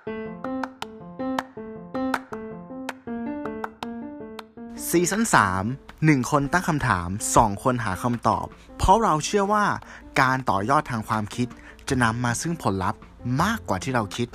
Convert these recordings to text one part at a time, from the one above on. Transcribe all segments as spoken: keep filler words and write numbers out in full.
ซีซั่นสาม หนึ่งคนตั้งคำถามสองคนหาคำตอบเพราะเราเชื่อว่าการต่อยอดทางความคิดจะนำมาซึ่งผลลัพธ์มากกว่าที่เราคิด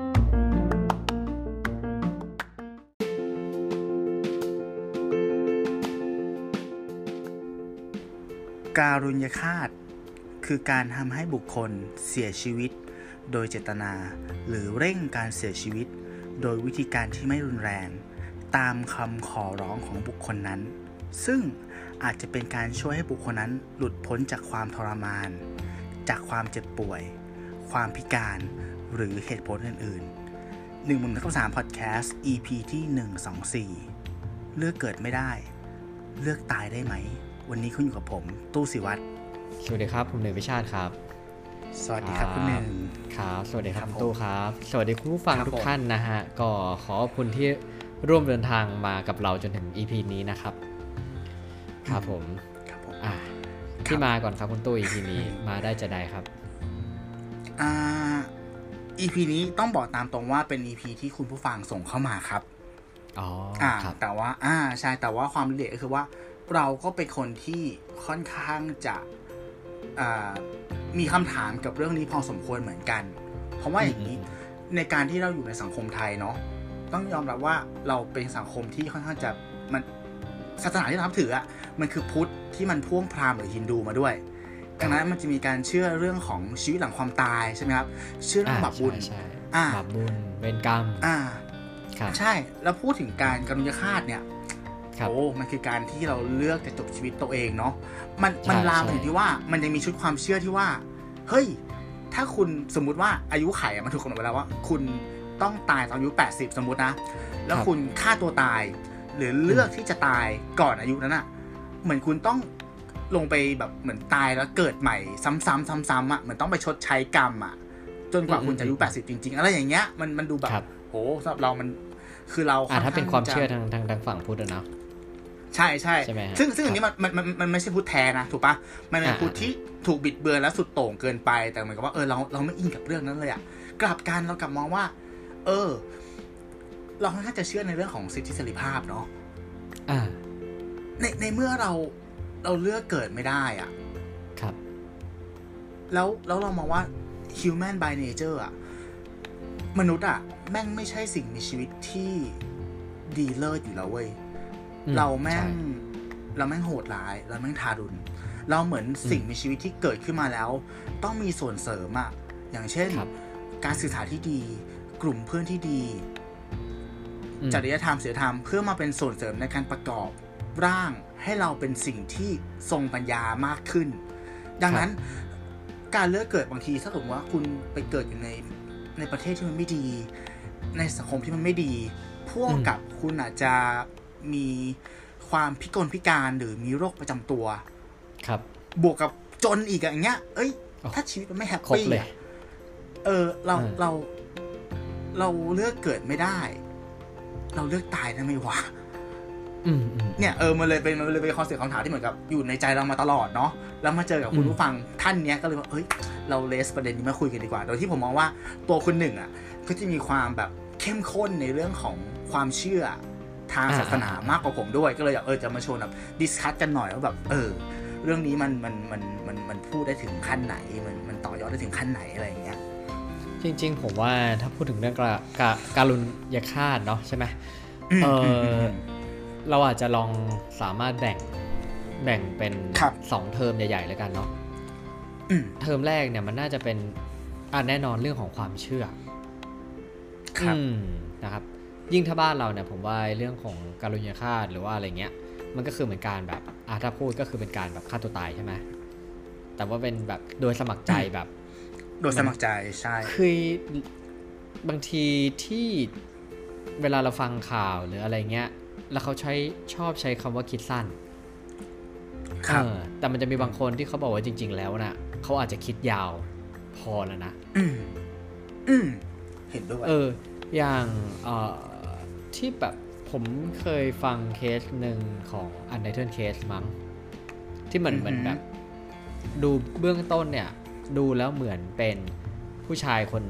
การุญยฆาตคือการทำให้บุคคลเสียชีวิตโดยเจตนาหรือเร่งการเสียชีวิตโดยวิธีการที่ไม่รุนแรงตามคำขอร้องของบุคคลนั้นซึ่งอาจจะเป็นการช่วยให้บุคคลนั้นหลุดพ้นจากความทรมานจากความเจ็บป่วยความพิการหรือเหตุผลอื่นๆหนึ่งหมื่นสามพอดแคสต์ อี พี ที่หนึ่ง สอง สี่เลือกเกิดไม่ได้เลือกตายได้ไหมวันนี้คุณอยู่กับผมตู้ศิวัตรสวัสดีครับผมหนึ่งวิชาติครับสวัสดีครับคุณหนึ่งครับสวัสดีครับคุณตู้ครับสวัสดีคุณผู้ฟังทุกท่านนะฮะก็ขอขอบคุณที่ร่วมเดินทางมากับเราจนถึง อี พี นี้นะครับครับผมครับผมอ่ะที่มาก่อนครับคุณตู้ อี พี นี้มาได้จะได้ครับอ่า อี พี นี้ต้องบอกตามตรงว่าเป็น อี พี ที่คุณผู้ฟังส่งเข้ามาครับอ๋ออ่าแต่ว่าอ่าใช่แต่ว่าความละเอียดก็คือว่าเราก็เป็นคนที่ค่อนข้างจะอ่ามีคำถามกับเรื่องนี้พอสมควรเหมือนกันเพราะว่าอย่างนี้ในการที่เราอยู่ในสังคมไทยเนาะต้องยอมรับว่าเราเป็นสังคมที่ค่อนข้างจะมันศาสนาที่เรานับถืออ่ะมันคือพุทธที่มันพ่วงพราหมณ์หรือฮินดูมาด้วยดังนั้นมันจะมีการเชื่อเรื่องของชีวิตหลังความตายใช่ไหมครับเชื่อเรื่องบาปบุญอ่าบาปบุญเวรกรรมอ่าใช่แล้วพูดถึงการการุญยฆาตเนี่ยโอ้มันคือการที่เราเลือกจะจบชีวิตตัวเองเนาะมันมันลามไปถึงที่ว่ามันยังมีชุดความเชื่อที่ว่าเฮ้ยถ้าคุณสมมุติว่าอายุไขมันถูกกำหนดไว้แล้วว่าคุณต้องตายตอนอายุแปดสิบสมมุตินะแล้วคุณฆ่าตัวตายหรือเลือกที่จะตายก่อนอายุนั้นน่ะเหมือนคุณต้องลงไปแบบเหมือนตายแล้วเกิดใหม่ซ้ำๆซ้ำๆอ่ะเหมือนต้องไปชดใช้กรรมอ่ะจนกว่าคุณจะอายุแปดสิบจริงๆอะไรอย่างเงี้ยมันมันดูแบบโหสำหรับเรามันคือเราอ่าถ้าเป็นความเชื่อทางทางทางฝั่งพุทธนะใช่ใช่ซึ่งซึ่งอันนี้มันมันมันไม่ใช่พุทธแท้นะถูกปะมันเป็นพุทธที่ถูกบิดเบือนและสุดโต่งเกินไปแต่เหมือนกับว่าเออเราเราไม่อินกับเรื่องนั้นเลยอ่ะกลับกันเรากลับมองว่าเออเราค่อนข้างจะเชื่อในเรื่องของสิทธิเสรีภาพเนาะอ่าในในเมื่อเราเราเลือกเกิดไม่ได้อ่ะครับแล้วแล้วเรามองว่า human by nature อ่ะมนุษย์อ่ะแม่งไม่ใช่สิ่งมีชีวิตที่ดีเลิศอยู่แล้วเว้ยเราแม่งเราแม่งโหดร้ายเราแม่งทารุณเราเหมือนสิ่งมีชีวิตที่เกิดขึ้นมาแล้วต้องมีส่วนเสริมอ่ะอย่างเช่นการสื่อสารที่ดีกลุ่มเพื่อนที่ดีจริยธรรมศีลธรรมเพื่อมาเป็นส่วนเสริมในการประกอบร่างให้เราเป็นสิ่งที่ทรงปัญญามากขึ้นดังนั้นการเลือกเกิดบางทีถ้าสมมติว่าคุณไปเกิดอยู่ในในประเทศที่มันไม่ดีในสังคมที่มันไม่ดีพ่วงกับคุณอาจจะมีความพิกลพิการหรือมีโรคประจำตัวครับบวกกับจนอีกอย่างเงี้ยเอ้ยถ้าชีวิตมันไม่แฮปปี้อ่ะเออเราเราเราเลือกเกิดไม่ได้เราเลือกตายได้ไหมวะเนี่ยเออมันเลยเป็นมันเลยเป็นคอนเซ็ปต์คำถามที่เหมือนกับอยู่ในใจเรามาตลอดเนาะแล้วมาเจอกับคุณผู้ฟังท่านเนี้ยก็เลยว่าเฮ้ยเราเลสประเด็นนี้มาคุยกันดีกว่าโดยที่ผมมองว่าตัวคุณหนึ่งอ่ะก็จะมีความแบบเข้มข้นในเรื่องของความเชื่อทางศาสนามากกว่าผมด้วยก็เลยอยากเออจะมาชวนแบบดิสคัสกันหน่อยว่าแบบเออเรื่องนี้มันมันมันมันมันพูดได้ถึงขั้นไหนมันมันต่อยอดได้ถึงขั้นไหนอะไรอย่างเงี้ยจริงๆผมว่าถ้าพูดถึงเรื่องการการุญยฆาตเนาะใช่ไหมเออเราอาจจะลองสามารถแบ่งแบ่งเป็นสองเทอมใหญ่ๆแล้วกันเนาะเทอมแรกเนี่ยมันน่าจะเป็นอ่ะแน่นอนเรื่องของความเชื่อครับนะครับยิ่งถ้าบ้านเราเนี่ยผมว่าเรื่องของการุญยฆาตหรือว่าอะไรเงี้ยมันก็คือเหมือนการแบบอ่ะถ้าพูดก็คือเป็นการแบบฆ่าตัวตายใช่ไหมแต่ว่าเป็นแบบโดยสมัครใจแบบโดยสมัครใจใช่คือบางทีที่เวลาเราฟังข่าวหรืออะไรเงี้ยแล้วเขาใช้ชอบใช้คำว่าคิดสั้นครับแต่มันจะมีบางคนที่เขาบอกว่าจริงๆแล้วน่ะเขาอาจจะคิดยาวพอแล้วนะอืมอืมเห็นด้วยเอออย่างเอ่อที่แบบผมเคยฟังเคสหนึ่งของ Untitled Case มั้งที่เหมือนเหมือนแบบดูเบื้องต้นเนี่ยดูแล้วเหมือนเป็นผู้ชายคนหนึ่ง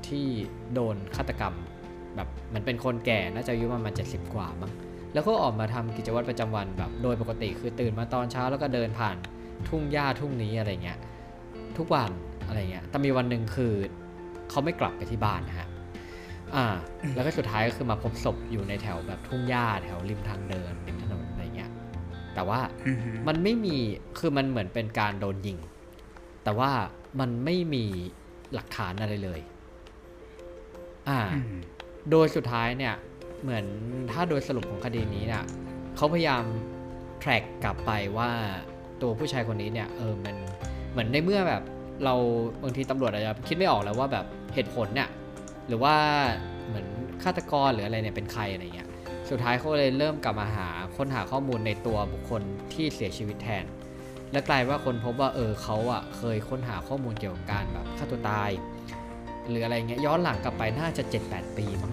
ที่โดนฆาตกรรมแบบมันเป็นคนแก่น่าจะอายุประมาณเจ็ดสิบกว่ามั้งแล้วก็ออกมาทำกิจวัตรประจำวันแบบโดยปกติคือตื่นมาตอนเช้าแล้วก็เดินผ่านทุ่งหญ้าทุ่งนี้อะไรเงี้ยทุกวันอะไรเงี้ยแต่มีวันหนึ่งคือเขาไม่กลับไปที่บ้านนะฮะอ่าแล้วก็สุดท้ายก็คือมาพบศพอยู่ในแถวแบบทุ่งหญ้าแถวริมทางเดินริมถนนอะไรเงี้ยแต่ว่ามันไม่มีคือมันเหมือนเป็นการโดนยิงแต่ว่ามันไม่มีหลักฐานอะไรเลยอ่าโดยสุดท้ายเนี่ยเหมือนถ้าโดยสรุปของคดีนี้เนี่ยเขาพยายาม track กลับไปว่าตัวผู้ชายคนนี้เนี่ยเออมันเหมือนในเมื่อแบบเราบางทีตำรวจอาจจะคิดไม่ออกแล้วว่าแบบเหตุผลเนี่ยหรือว่าเหมือนฆาตกรหรืออะไรเนี่ยเป็นใครอะไรเงี้ยสุดท้ายเขาเลยเริ่มกลับมาหาค้นหาข้อมูลในตัวบุคคลที่เสียชีวิตแทนและกลายว่าคนพบว่าเออเขาอ่ะเคยค้นหาข้อมูลเกี่ยวกับการแบบฆ่าตัวตายหรืออะไรเงี้ยย้อนหลังกลับไปน่าจะ เจ็ดแปด ปีมั้ง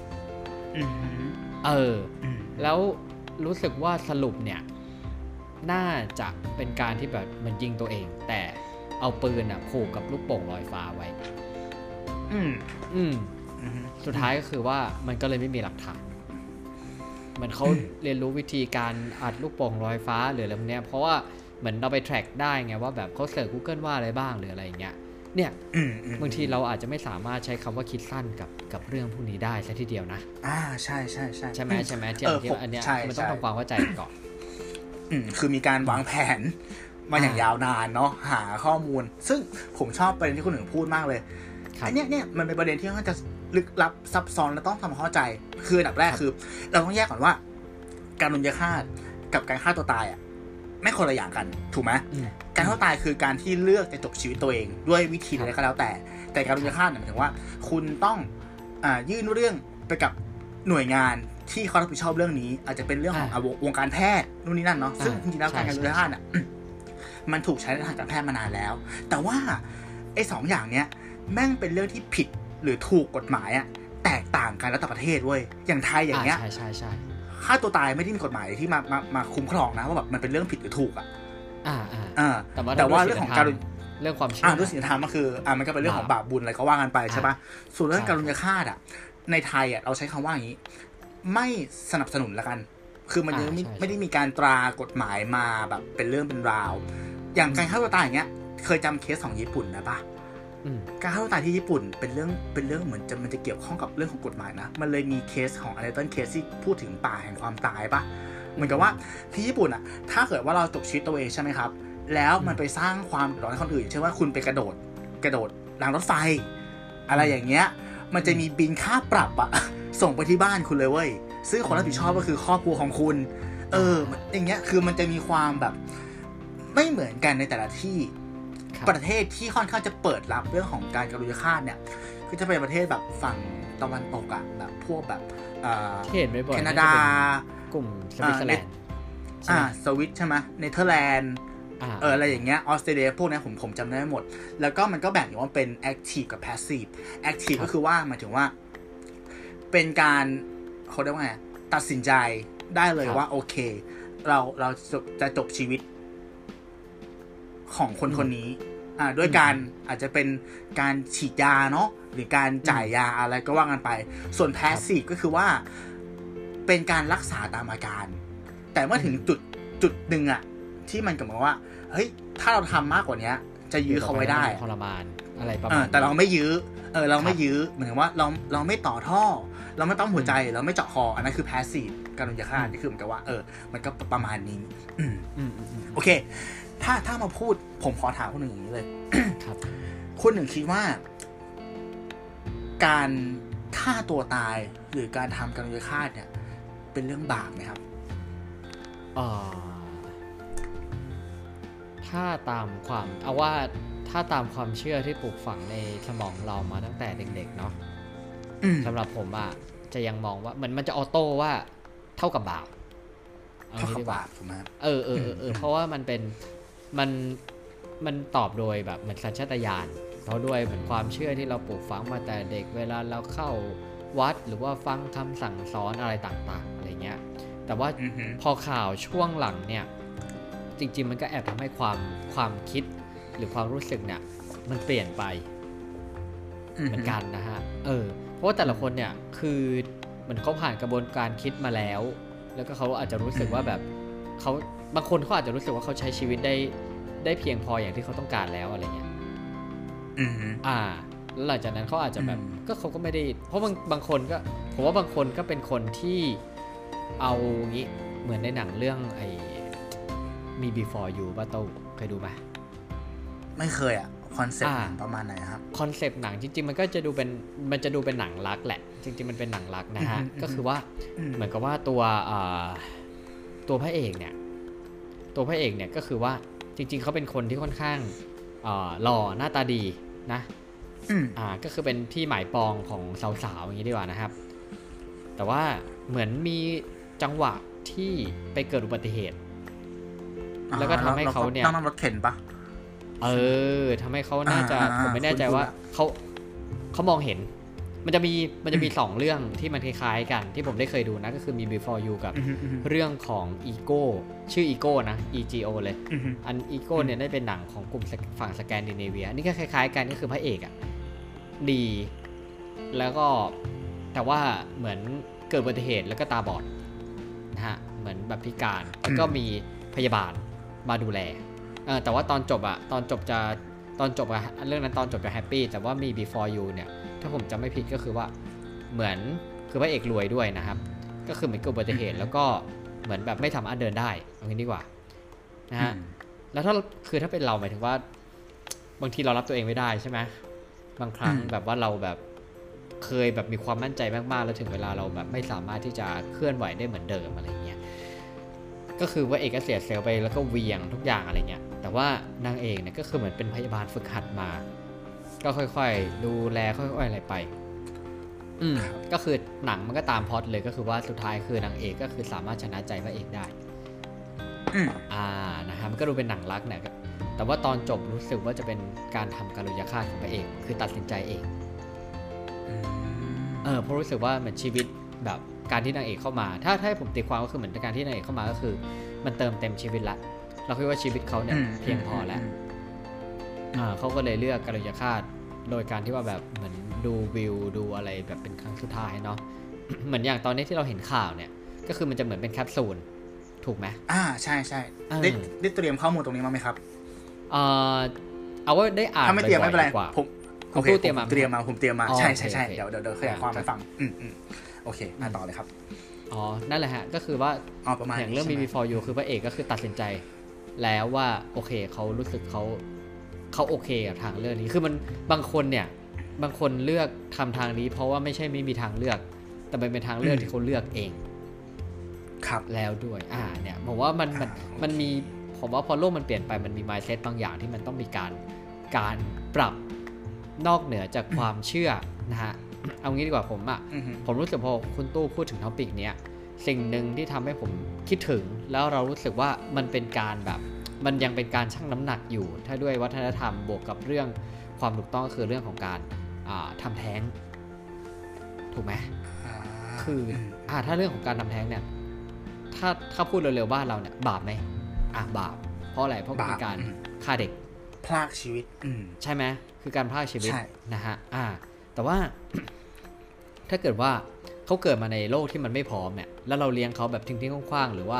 เออแล้วรู้สึกว่าสรุปเนี่ยน่าจะเป็นการที่แบบมันยิงตัวเองแต่เอาปืนอ่ะผูกกับลูกโป่งลอยฟ้าไว้อืมอืมสุดท้ายก็คือว่ามันก็เลยไม่มีหลักฐานเหมือนเขาเรียนรู้วิธีการอัดลูกโป่งลอยฟ้าหรืออะไรพวกเนี้ยเพราะว่าเหมือนเราไป track ได้ไงว่าแบบเขาเสิร์ช Google ว่าอะไรบ้างหรืออะไรอย่างเงี้ยเนี่ยบางทีเราอาจจะไม่สามารถใช้คำว่าคิดสั้นกับกับเรื่องพวกนี้ได้ซะทีเดียวนะอ่าใช่ใช่ใช่ใช่ไหมใช่ไหมที่อันเนี้ยมันต้องทำความเข้าใจก่อนอืมคือมีการวางแผนมาอย่างยาวนานเนาะหาข้อมูลซึ่งผมชอบประเด็นที่คุณหนึ่งพูดมากเลยอันเนี้ยเนี่ยมันเป็นประเด็นที่ค่อนข้างจะลึกลับซับซ้อนและต้องทำความเข้าใจคืออันดับแรกคือเราต้องแยกก่อนว่าการรุนแรงฆ่ากับการฆ่าตัวตายอ่ะไม่คนละอย่างกันถูกไหมการฆ่าตัวตายคือการที่เลือกจะจบชีวิตตัวเองด้วยวิธีใดก็แล้วแต่แต่การรุนแรงฆ่าเนี่ยหมายถึงว่าคุณต้องอ่ายื่นเรื่องไปกับหน่วยงานที่เขารับผิดชอบเรื่องนี้อาจจะเป็นเรื่องของวงการแพทย์นู่นนี่นั่นเนาะซึ่งจริงๆแล้วการรุนแรงฆ่าเนี่ยมันถูกใช้ในทางการแพทย์มานานแล้วแต่ว่าไอ้สองอย่างเนี้ยแม่งเป็นเรื่องที่ผิดหรือถูกกฎหมายอะแตกต่างกันแล้วแต่ประเทศเว้ยอย่างไทยอย่างเงี้ยใช่ใช่ใช่ฆ่าตัวตายไม่ได้มีกฎหมายที่มามามาคุ้มครองนะว่าแบบมันเป็นเรื่องผิดหรือถูกอ่ะอ่าอ่าแต่ว่าเรื่องของการเรื่องความเชื่อด้วยศีลธรรมก็คืออ่ามันก็เป็นเรื่องของบาปบุญอะไรก็ว่ากันไปใช่ป่ะส่วนเรื่องการรุนแรงฆ่าอ่ะในไทยอ่ะเราใช้คำว่าอย่างนี้ไม่สนับสนุนละกันคือมันยังไม่ไม่ได้มีการตรากฎหมายมาแบบเป็นเรื่องเป็นราวอย่างการฆ่าตัวตายอย่างเงี้ยเคยจำเคสของญี่ปุ่นนะป่ะการฆ่าตัวตายที่ญี่ปุ่นเป็นเรื่องเป็นเรื่องเหมือนจะมันจะเกี่ยวข้องกับเรื่องของกฎหมายนะมันเลยมีเคสของอะไรต้นเคสที่พูดถึงป่าแห่งความตายป่ะเหมือนกับว่าที่ญี่ปุ่นอ่ะถ้าเกิดว่าเราจบชีวิตตัวเองใช่ไหมครับแล้วมันไปสร้างความเดือดร้อนให้คนอื่นเช่นว่าคุณไปกระโดดกระโดดรางรถไฟอะไรอย่างเงี้ยมันจะมีบินค่าปรับอ่ะส่งไปที่บ้านคุณเลยเว้ยซึ่งคนรับผิดชอบก็คือครอบครัวของคุณเอออย่างเงี้ยคือมันจะมีความแบบไม่เหมือนกันในแต่ละที่ประเทศที่ค่อนข้างจะเปิดรับเรื่องของการการุญฆาตเนี่ยก็จะเป็นประเทศแบบฝั่งตะวันตกอ่ะแบบพวกแบบแคนาดากลุ่มสวิตเซอร์แลนด์อ่าสวิตใช่ไหมเนเธอร์แลนด์เอออะไรอย่างเงี้ยออสเตรเลียพวกนี้ผมผมจำได้หมดแล้วก็มันก็แบ่งอยู่ว่าเป็น active กับ passive active ก็คือว่าหมายถึงว่าเป็นการเขาเรียกว่าไงตัดสินใจได้เลยว่าโอเคเราเราจะจบชีวิตของคนคนนี้อ่าด้วยการอาจจะเป็นการฉีดยาเนาะหรือการจ่ายยาอะไรก็ว่ากันไปส่วน passive ก็คือว่าเป็นการรักษาตามอาการแต่เมื่อถึงจุดจุดหนึ่งอะที่มันกับว่าเฮ้ยถ้าเราทำมากกว่านี้จะยื้อเขาไว้ได้ทรมานอะไรประมาณแต่เราไม่ยื้อเออเราไม่ยื้อเหมือนว่าเราเราไม่ต่อท่อเราไม่ปั๊มหัวใจเราไม่เจาะคออันนั้นคือ passive การรุนแรงฆ่านี่คือเหมือนกับว่าเออมันก็ประมาณนี้อืมอืมโอเคถ้าถ้ามาพูดผมขอถามคุณหนึ่งอย่างนี้เลยครับคุณหนึ่งคิดว่าการฆ่าตัวตายหรือการทำการรุนแรงฆ่าเนี่ยเป็นเรื่องบาปไหมครับอ่าถ้าตามความเอาว่าถ้าตามความเชื่อที่ปลูกฝังในสมองเรามาตั้งแต่เด็กๆเนาะสำหรับผมอ่ะจะยังมองว่ามันมันจะออโต้ว่าเท่ากับบาปเท่ากับบาปถูกไหมเออเออเออเพราะว่ามันเป็นมันมันตอบโดยแบบเหมือนสัญชาตญาณเพราะด้วยเหมือนความเชื่อที่เราปลูกฝังมาแต่เด็กเวลาเราเข้าวัดหรือว่าฟังคำสั่งสอนอะไรต่างๆอะไรเงี้ยแต่ว่าพอข่าวช่วงหลังเนี่ยจริงๆมันก็แอบทำให้ความความคิดหรือความรู้สึกเนี่ยมันเปลี่ยนไปเหมือนกันนะฮะเออเพราะว่าแต่ละคนเนี่ยคือเหมือนเขาผ่านกระบวนการคิดมาแล้วแล้วก็เขาอาจจะรู้สึกว่าแบบเขาบางคนเขาอาจจะรู้สึกว่าเขาใช้ชีวิตได้ได้เพียงพออย่างที่เขาต้องการแล้วอะไรเงี้ยอืมอ่าแล้วหลังจากนั้นเขาอาจจะแบบก็เขาก็ไม่ได้เพราะบางบางคนก็ผมว่าบางคนก็เป็นคนที่เอางี้เหมือนในหนังเรื่องไอ้มี Before You ป่ะโต้เคยดูไหมไม่เคยอ่ะคอนเซ็ปต์ประมาณไหนครับคอนเซ็ปต์หนังจริงๆมันก็จะดูเป็นมันจะดูเป็นหนังรักแหละจริงๆมันเป็นหนังรักนะฮะก็คือว่าเหมือนกับว่าตัวตัวพระเอกเนี่ยตัวพระเอกเนี่ยก็คือว่าจริงๆเขาเป็นคนที่ค่อนข้างหล่อหน้าตาดีนะอ่าก็คือเป็นที่หมายปองของสาวๆอย่างนี้ดีกว่านะครับแต่ว่าเหมือนมีจังหวะที่ไปเกิดอุบัติเหตุแล้วก็ทำให้เขาเนี่ยนั่งรถเข็นปะเออทำให้เขาน่าจะผมไม่แน่ใจว่าเขาเขามองเห็นมันจะมีมันจะมีสองเรื่องที่มันคล้ายๆกันที่ผมได้เคยดูนะก็คือมี Before You กับเรื่องของ Ego ชื่อ Ego นะ อี จี โอ เลยอัน Ego เนี่ยได้เป็นหนังของกลุ่มฝั่งสแกนดิเนเวียนี่ก็คล้ายๆกันก็คือพระเอกอ่ะดีแล้วก็แต่ว่าเหมือนเกิดอุบัติเหตุแล้วก็ตาบอดนะฮะเหมือนแบบพิการแล้วก็มีพยาบาลมาดูแลเออแต่ว่าตอนจบอะตอนจบจะตอนจบอะเรื่องนั้นตอนจบจะแฮปปี้แต่ว่ามี Before You เนี่ยถ้าผมจำไม่ผิดก็คือว่าเหมือนคือพระเอกรวยด้วยนะครับก็คือเหมือนเกิดอุบัติเหตุแล้วก็เหมือนแบบไม่สามารถเดินได้เอางี้ดีกว่านะฮะแล้วถ้าคือถ้าเป็นเราหมายถึงว่าบางทีเรารับตัวเองไม่ได้ใช่ไหมบางครั้งแบบว่าเราแบบเคยแบบมีความมั่นใจมากๆแล้วถึงเวลาเราแบบไม่สามารถที่จะเคลื่อนไหวได้เหมือนเดิมอะไรเงี้ยก็คือว่าเอกก็เสียเซลล์ไปแล้วก็เวียงทุกอย่างอะไรเงี้ยแต่ว่านางเอกเนี่ยก็คือเหมือนเป็นพยาบาลฝึกหัดมาก็ค่อยๆดูแลค่อยๆอะไรไปอืมก็คือหนังมันก็ตามพล็อตเลยก็คือว่าสุดท้ายคือนางเอกก็คือสามารถชนะใจพระเอกได้อ่านะฮะมันก็ดูเป็นหนังรักเนี่ยแต่ว่าตอนจบรู้สึกว่าจะเป็นการทำการุญยฆาตของพระเอกคือตัดสินใจเองเออเพราะรู้สึกว่าเหมือนชีวิตแบบการที่นางเอกเข้ามาถ้าถ้าผมตีความก็คือเหมือนการที่นางเอกเข้ามาก็คือมันเติมเต็มชีวิตละเราคิดว่าชีวิตเขาเนี่ยเพียงพอแล้วอ่าเขาก็เลยเลือกการุญยฆาตโดยการที่ว่าแบบเหมือนดูวิวดูอะไรแบบเป็นครั้งสุดท้ายเนาะ เหมือนอย่างตอนนี้ที่เราเห็นข่าวเนี่ยก็คือมันจะเหมือนเป็นแคปซูลถูกไหมอ่าใช่ใช่ได้ได้เตรียมข้อมูลตรงนี้มาไหมครับเออเอาว่าได้อ่านถ้าไม่เตรียมไม่เป็นไรผมโอเคเตรียมมาเตรียมมาผมเตรียมมาใช่ใช่ใช่เดี๋ยวเดี๋ยวเดี๋ยวขยายความให้ฟังอืมอืมโอเคมาต่อเลยครับอ๋อนั่นแหละฮะก็คือว่าอย่างเรื่อง Before You คือพระเอกก็คือตัดสินใจแล้วว่าโอเคเขารู้สึกเขาเขาโอเคกับทางเลือกนี้คือมันบางคนเนี่ยบางคนเลือกทำทางนี้เพราะว่าไม่ใช่ไม่มีทางเลือกแต่มันเป็นทางเลือกที่เขาเลือกเองครับแล้วด้วยอ่าเนี่ยผมว่ามันมันมันมีผมว่าพอโลกมันเปลี่ยนไปมันมี mindset บางอย่างที่มันต้องมีการการปรับนอกเหนือจากความเชื่อนะฮะเอางี้ดีกว่าผมอ่ะผมรู้สึกพอคุณตู้พูดถึงท็อปิกเนี้ยสิ่งหนึ่งที่ทำให้ผมคิดถึงแล้วเรารู้สึกว่ามันเป็นการแบบมันยังเป็นการชั่งน้ำหนักอยู่ถ้าด้วยวัฒนธรรมบวกกับเรื่องความถูกต้องก็คือเรื่องของการทำแท้งถูกไหมคืออ่าถ้าเรื่องของการทำแท้งเนี่ยถ้าถ้าพูดเร็วๆบ้านเราเนี่ยบาปไหมอ่ะบาปเพราะอะไรเพราะเป็นการฆ่าเด็กพรากชีวิตใช่ไหมคือการพรากชีวิตนะฮะอ่าแต่ว่า ถ้าเกิดว่าเขาเกิดมาในโลกที่มันไม่พร้อมเนี่ยแล้วเราเลี้ยงเขาแบบทิ้งๆคว้างๆหรือว่า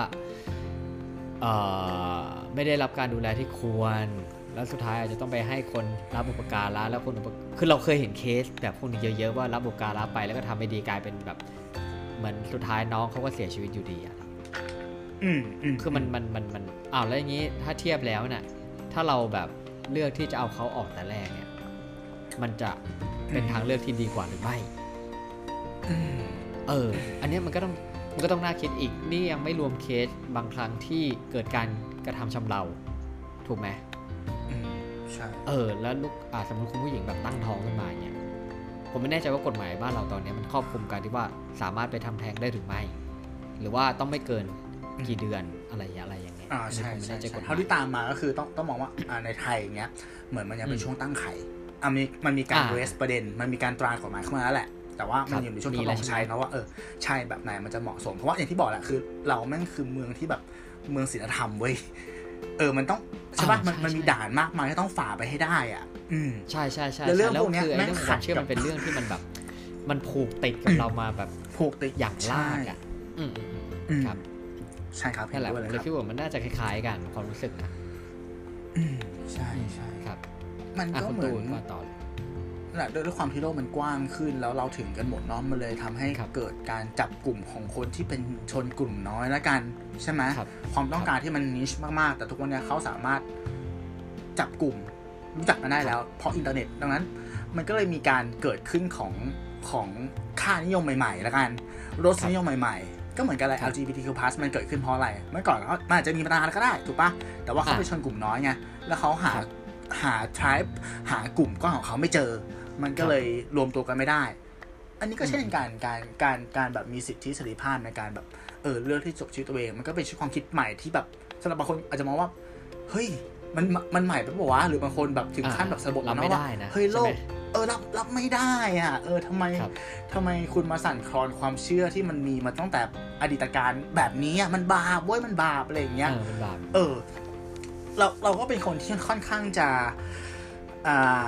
ไม่ได้รับการดูแลที่ควรแล้วสุดท้ายอาจจะต้องไปให้คนรับอุปการะแล้วคนคือเราเคยเห็นเคสแบบพวกนี้เยอะๆว่ารับอุปการะไปแล้วก็ทำไม่ดีกลายเป็นแบบเหมือนสุดท้ายน้องเขาก็เสียชีวิตอยู่ดีอะอืมคือมันมันมันมันอ้าวแล้วอย่างนี้ถ้าเทียบแล้วเนี่ยถ้าเราแบบเลือกที่จะเอาเขาออกแต่แรกเนี่ยมันจะเป็นทางเลือกที่ดีกว่าหรือไม่เอออันนี้มันก็ต้องมันก็ต้องน่าคิดอีกนี่ยังไม่รวมเคสบางครั้งที่เกิดการกระทำชำเราถูกไหมอืมใช่เออแล้วลูกอ่าสมมติคุณผู้หญิงแบบตั้งท้องขึ้นมาเนี่ยผมไม่แน่ใจว่ากฎหมายบ้านเราตอนนี้มันครอบคลุมการที่ว่าสามารถไปทำแท้งได้หรือไม่หรือว่าต้องไม่เกินกี่เดือนอะไรอะไรอย่างเงี้ยอ่าใช่ใช่เท่าที่ตามมาก็คือต้องต้องมองว่าอ่าในไทยอย่างเงี้ยเหมือนมันยังเป็นช่วงตั้งไข่อ่ะมีมันมีการเรสประเด็นมันมีการตรากฎหมายเข้ามาแล้วแหละแต่ว่ามันอยู่ในช่วงทดลองใช้นะว่าเออใช่แบบไหนมันจะเหมาะสมเพราะว่าอย่างที่บอกแหละคือเราแม่งคือเมืองที่แบบเมืองศีลธรรมเว้ยเออมันต้องใช่ป่ะมันมันมีด่านมากมายที่ต้องฝ่าไปให้ได้อ่ะอืมใช่ใช่ใช่แล้วเรื่องพวกนี้แม่งขัดเชื่อมันเป็นเรื่องที่มันแบบมันผูกติดกับเรามาแบบผูกติดอย่างลากอ่ะอืมอืมครับใช่ครับนั่นแหละผมเลยคิดว่ามันน่าจะคล้ายๆกันความรู้สึกนะอืมใช่ใช่ครับมันก็เหมือนต่อแหละด้วยความที่โลกมันกว้างขึ้นแล้วเราถึงกันหมดเนาะมันเลยทำให้เกิดการจับกลุ่มของคนที่เป็นชนกลุ่มน้อยแล้วกันใช่ไหมความต้องการที่มันนิชมากๆแต่ทุกวันนี้เขาสามารถจับกลุ่มรู้จักกันได้แล้วเพราะอินเทอร์เน็ตดังนั้นมันก็เลยมีการเกิดขึ้นของของค่านิยมใหม่ๆแล้วกันรสนิยมใหม่ๆก็เหมือนกันเลย แอล จี บี ที คิว พลัส มันเกิดขึ้นเพราะอะไรเมื่อก่อนเขามันอาจจะมีมานานก็ได้ถูกปะแต่ว่าเขาเป็นชนกลุ่มน้อยไงแล้วเขาหาหา tribe หากลุ่มก้อนของเขาไม่เจอมันก็เลยรวมตัวกันไม่ได้อันนี้ก็เช่นกันการการการแบบมีสิทธิเสรีภาพในการแบบเออเลือกที่จบชีวิตตัวเองมันก็เป็นความคิดใหม่ที่แบบสำหรับบางคนอาจจะมองว่าเฮ้ยมันมันใหม่ไปป่าววะหรือบางคนแบบถึงขั้นแบบสะบัดนะว่าเฮ้ยโลกเออรับรับไม่ได้อ่ะเออทำไมทำไมคุณมาสั่นคลอนความเชื่อที่มันมีมาตั้งแต่อดีตการแบบนี้อ่ะมันบาปเว้ยมันบาปอะไรอย่างเงี้ยเออเราเราก็เป็นคนที่ค่อนข้างจะอ่า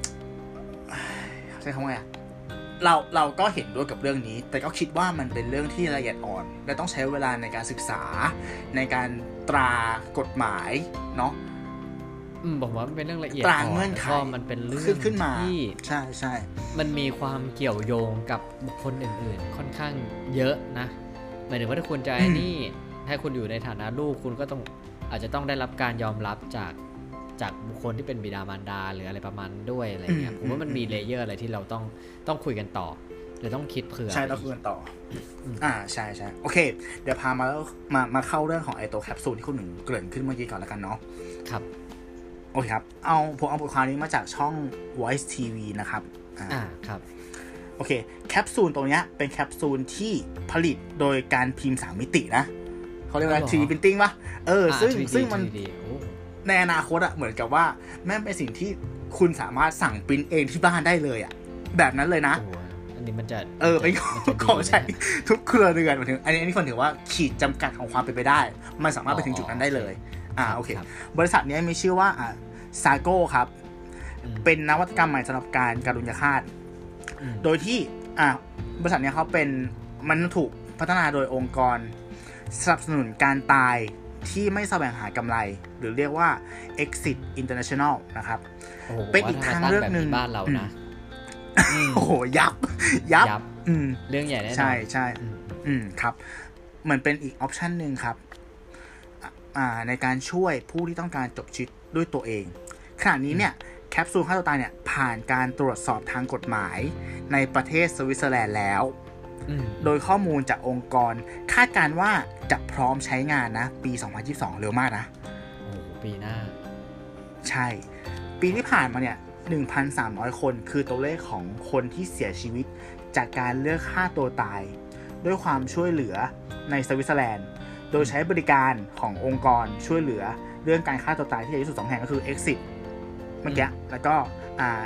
ใช่คำว่าไงเราเราก็เห็นด้วยกับเรื่องนี้แต่ก็คิดว่ามันเป็นเรื่องที่ละเอียดอ่อนและต้องใช้เวลาในการศึกษาในการตรากฎหมายเนาะอืมบอกว่ามันเป็นเรื่องละเอียดอ่อนก็มันเป็นเรื่องขึ้นมาที่ใช่ใช่มันมีความเกี่ยวโยงกับบุคคลอื่นๆค่อนข้างเยอะนะหมายถึงว่าถ้าคุณจะไอ้นี่ถ้าคุณอยู่ในฐานะลูกคุณก็ต้องอาจจะต้องได้รับการยอมรับจากจากบุคคลที่เป็นบิดามารดาหรืออะไรประมาณด้วยอะไรเงี้ยผมว่ามันมีเลเยอร์อะไรที่เราต้องต้องคุยกันต่อหรือต้องคิดเผื่อใช่ต้องคุยกันต่ออ่าใช่ใช่โอเคเดี๋ยวพามาแล้วมามาเข้าเรื่องของไอตัวแคปซูลที่คุณหนึ่งเกริ่นขึ้นเมื่อกี้ก่อนแล้วกันเนาะครับโอเคครับเอาผมเอาบทความนี้มาจากช่อง Voice ที วี นะครับอ่าครับโอเคแคปซูลตรงเนี้ยเป็นแคปซูลที่ผลิตโดยการพิมพ์สามมิตินะเขาเรียกว่า ทรี ดี Printing ป่ะเออซึ่งซึ่งมันในอนาคตอะเหมือนกับว่าแม่งเป็นสิ่งที่คุณสามารถสั่งปริ้นเองที่บ้านได้เลยอะแบบนั้นเลยนะอันนี้มันจะเออเป็นของใช้ทุกเครือเรือนมาถึงอันนี้อันนี้คนถือว่าขีดจำกัดของความเป็นไปได้มันสามารถไปถึงจุดนั้นได้เลยอ่าโอเคบริษัทนี้มีชื่อว่าอ่าซาโก้ครับเป็นนวัตกรรมใหม่สำหรับการการุญยฆาตโดยที่อ่าบริษัทนี้เขาเป็นมันถูกพัฒนาโดยองค์กรสนับสนุนการตายที่ไม่แสวงหากำไรหรือเรียกว่า Exit International นะครับเป็นอีกทางเลือกหนึ่งบ้านเรานะโอ้โหยับยับเรื่องใหญ่แน่นอนใช่ใช่อืมครับเหมือนเป็นอีกออปชันหนึ่งครับอ่าในการช่วยผู้ที่ต้องการจบชีวิตด้วยตัวเองขณะนี้เนี่ยแคปซูลฆ่าตัวตายเนี่ยผ่านการตรวจสอบทางกฎหมายในประเทศสวิตเซอร์แลนด์แล้วโดยข้อมูลจากองค์กรคาดการณ์ว่าจะพร้อมใช้งานนะปีสองพันยี่สิบสองเร็วมากนะโอ้ปีหน้าใช่ปีที่ผ่านมาเนี่ย หนึ่งพันสามร้อย คนคือตัวเลขของคนที่เสียชีวิตจากการเลือกฆ่าตัวตายด้วยความช่วยเหลือในสวิตเซอร์แลนด์โดยใช้บริการขององค์กรช่วยเหลือเรื่องการฆ่าตัวตายที่ใหญ่ที่สุดสองแห่งก็คือ Exit เมื่อกี้แล้วก็อ่า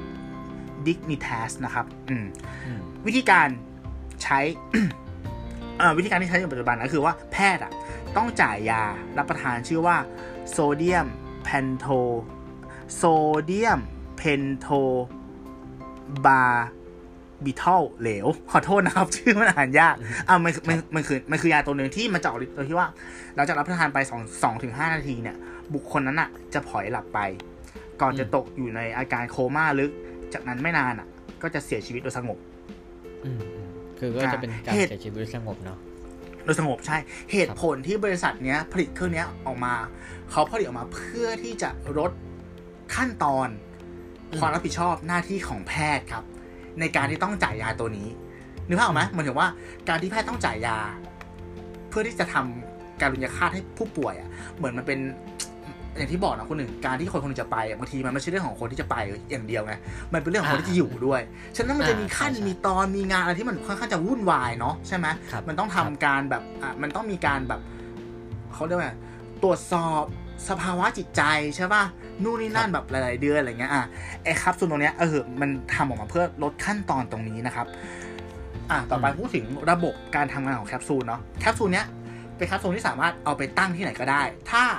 Dignitas นะครับอืมวิธีการใช้ วิธีการที่ใช้ในปัจจุบันก็คือว่าแพทย์อ่ะต้องจ่ายยารับประทานชื่อว่าโซเดียมเพนโทโซเดียมเพนโทบาบิทอลเหลวขอโทษนะครับชื่อมันอ่านยากอ่ะมันมันมันคือมันคือยาตัวหนึ่งที่มันจะออกฤทธิ์โดยที่ว่าหลังจากรับประทานไปสองถึงห้านาทีเนี่ยบุคคลนั้นอ่ะจะผล็อยหลับไปก่อนจะตกอยู่ในอาการโคม่าลึกจากนั้นไม่นานอ่ะก็จะเสียชีวิตโดยสงบคือก็จะเป็นการเสียชีวิตโดยสงบเนาะโดยสงบใช่เหตุผลที่บริษัทเนี้ยผลิตเครื่องนี้ออกมาเขาผลิตออกมาเพื่อที่จะลดขั้นตอนความรับผิดชอบหน้าที่ของแพทย์ครับในการที่ต้องจ่ายยาตัวนี้นึกภาพออกไหมมันถึงว่าการที่แพทย์ต้องจ่ายยาเพื่อที่จะทำการรุญยฆาตให้ผู้ป่วยอ่ะเหมือนมันเป็นอย่างที่บอกนะคนหนึ่งการที่คนคนนึงจะไปบางทีมันไม่ใช่เรื่องของคนที่จะไปอย่างเดียวไงมันเป็นเรื่องของคนที่จะอยู่ด้วยฉะนั้นมันจะมีขั้นมีตอนมีงานอะไรที่มันค่อนข้างจะวุ่นวายเนาะใช่ไหมมันต้องทำการแบบอ่ะมันต้องมีการแบบเขาเรียกว่าตรวจสอบสภาวะจิตใจใช่ป่ะนู่นนี่นั่นแบบหลายๆเดือนอะไรเงี้ยอ่ะไอ้ครับส่วนตรงเนี้ยเออมันทำออกมาเพื่อลดขั้นตอนตรงนี้นะครับอ่ะต่อไปพูดถึงระบบการทำงานของแคปซูลเนาะแคปซูลเนี้ยเป็นแคปซูลที่สามารถเอาไปตั้งที่ไหนก็ได้ถ้า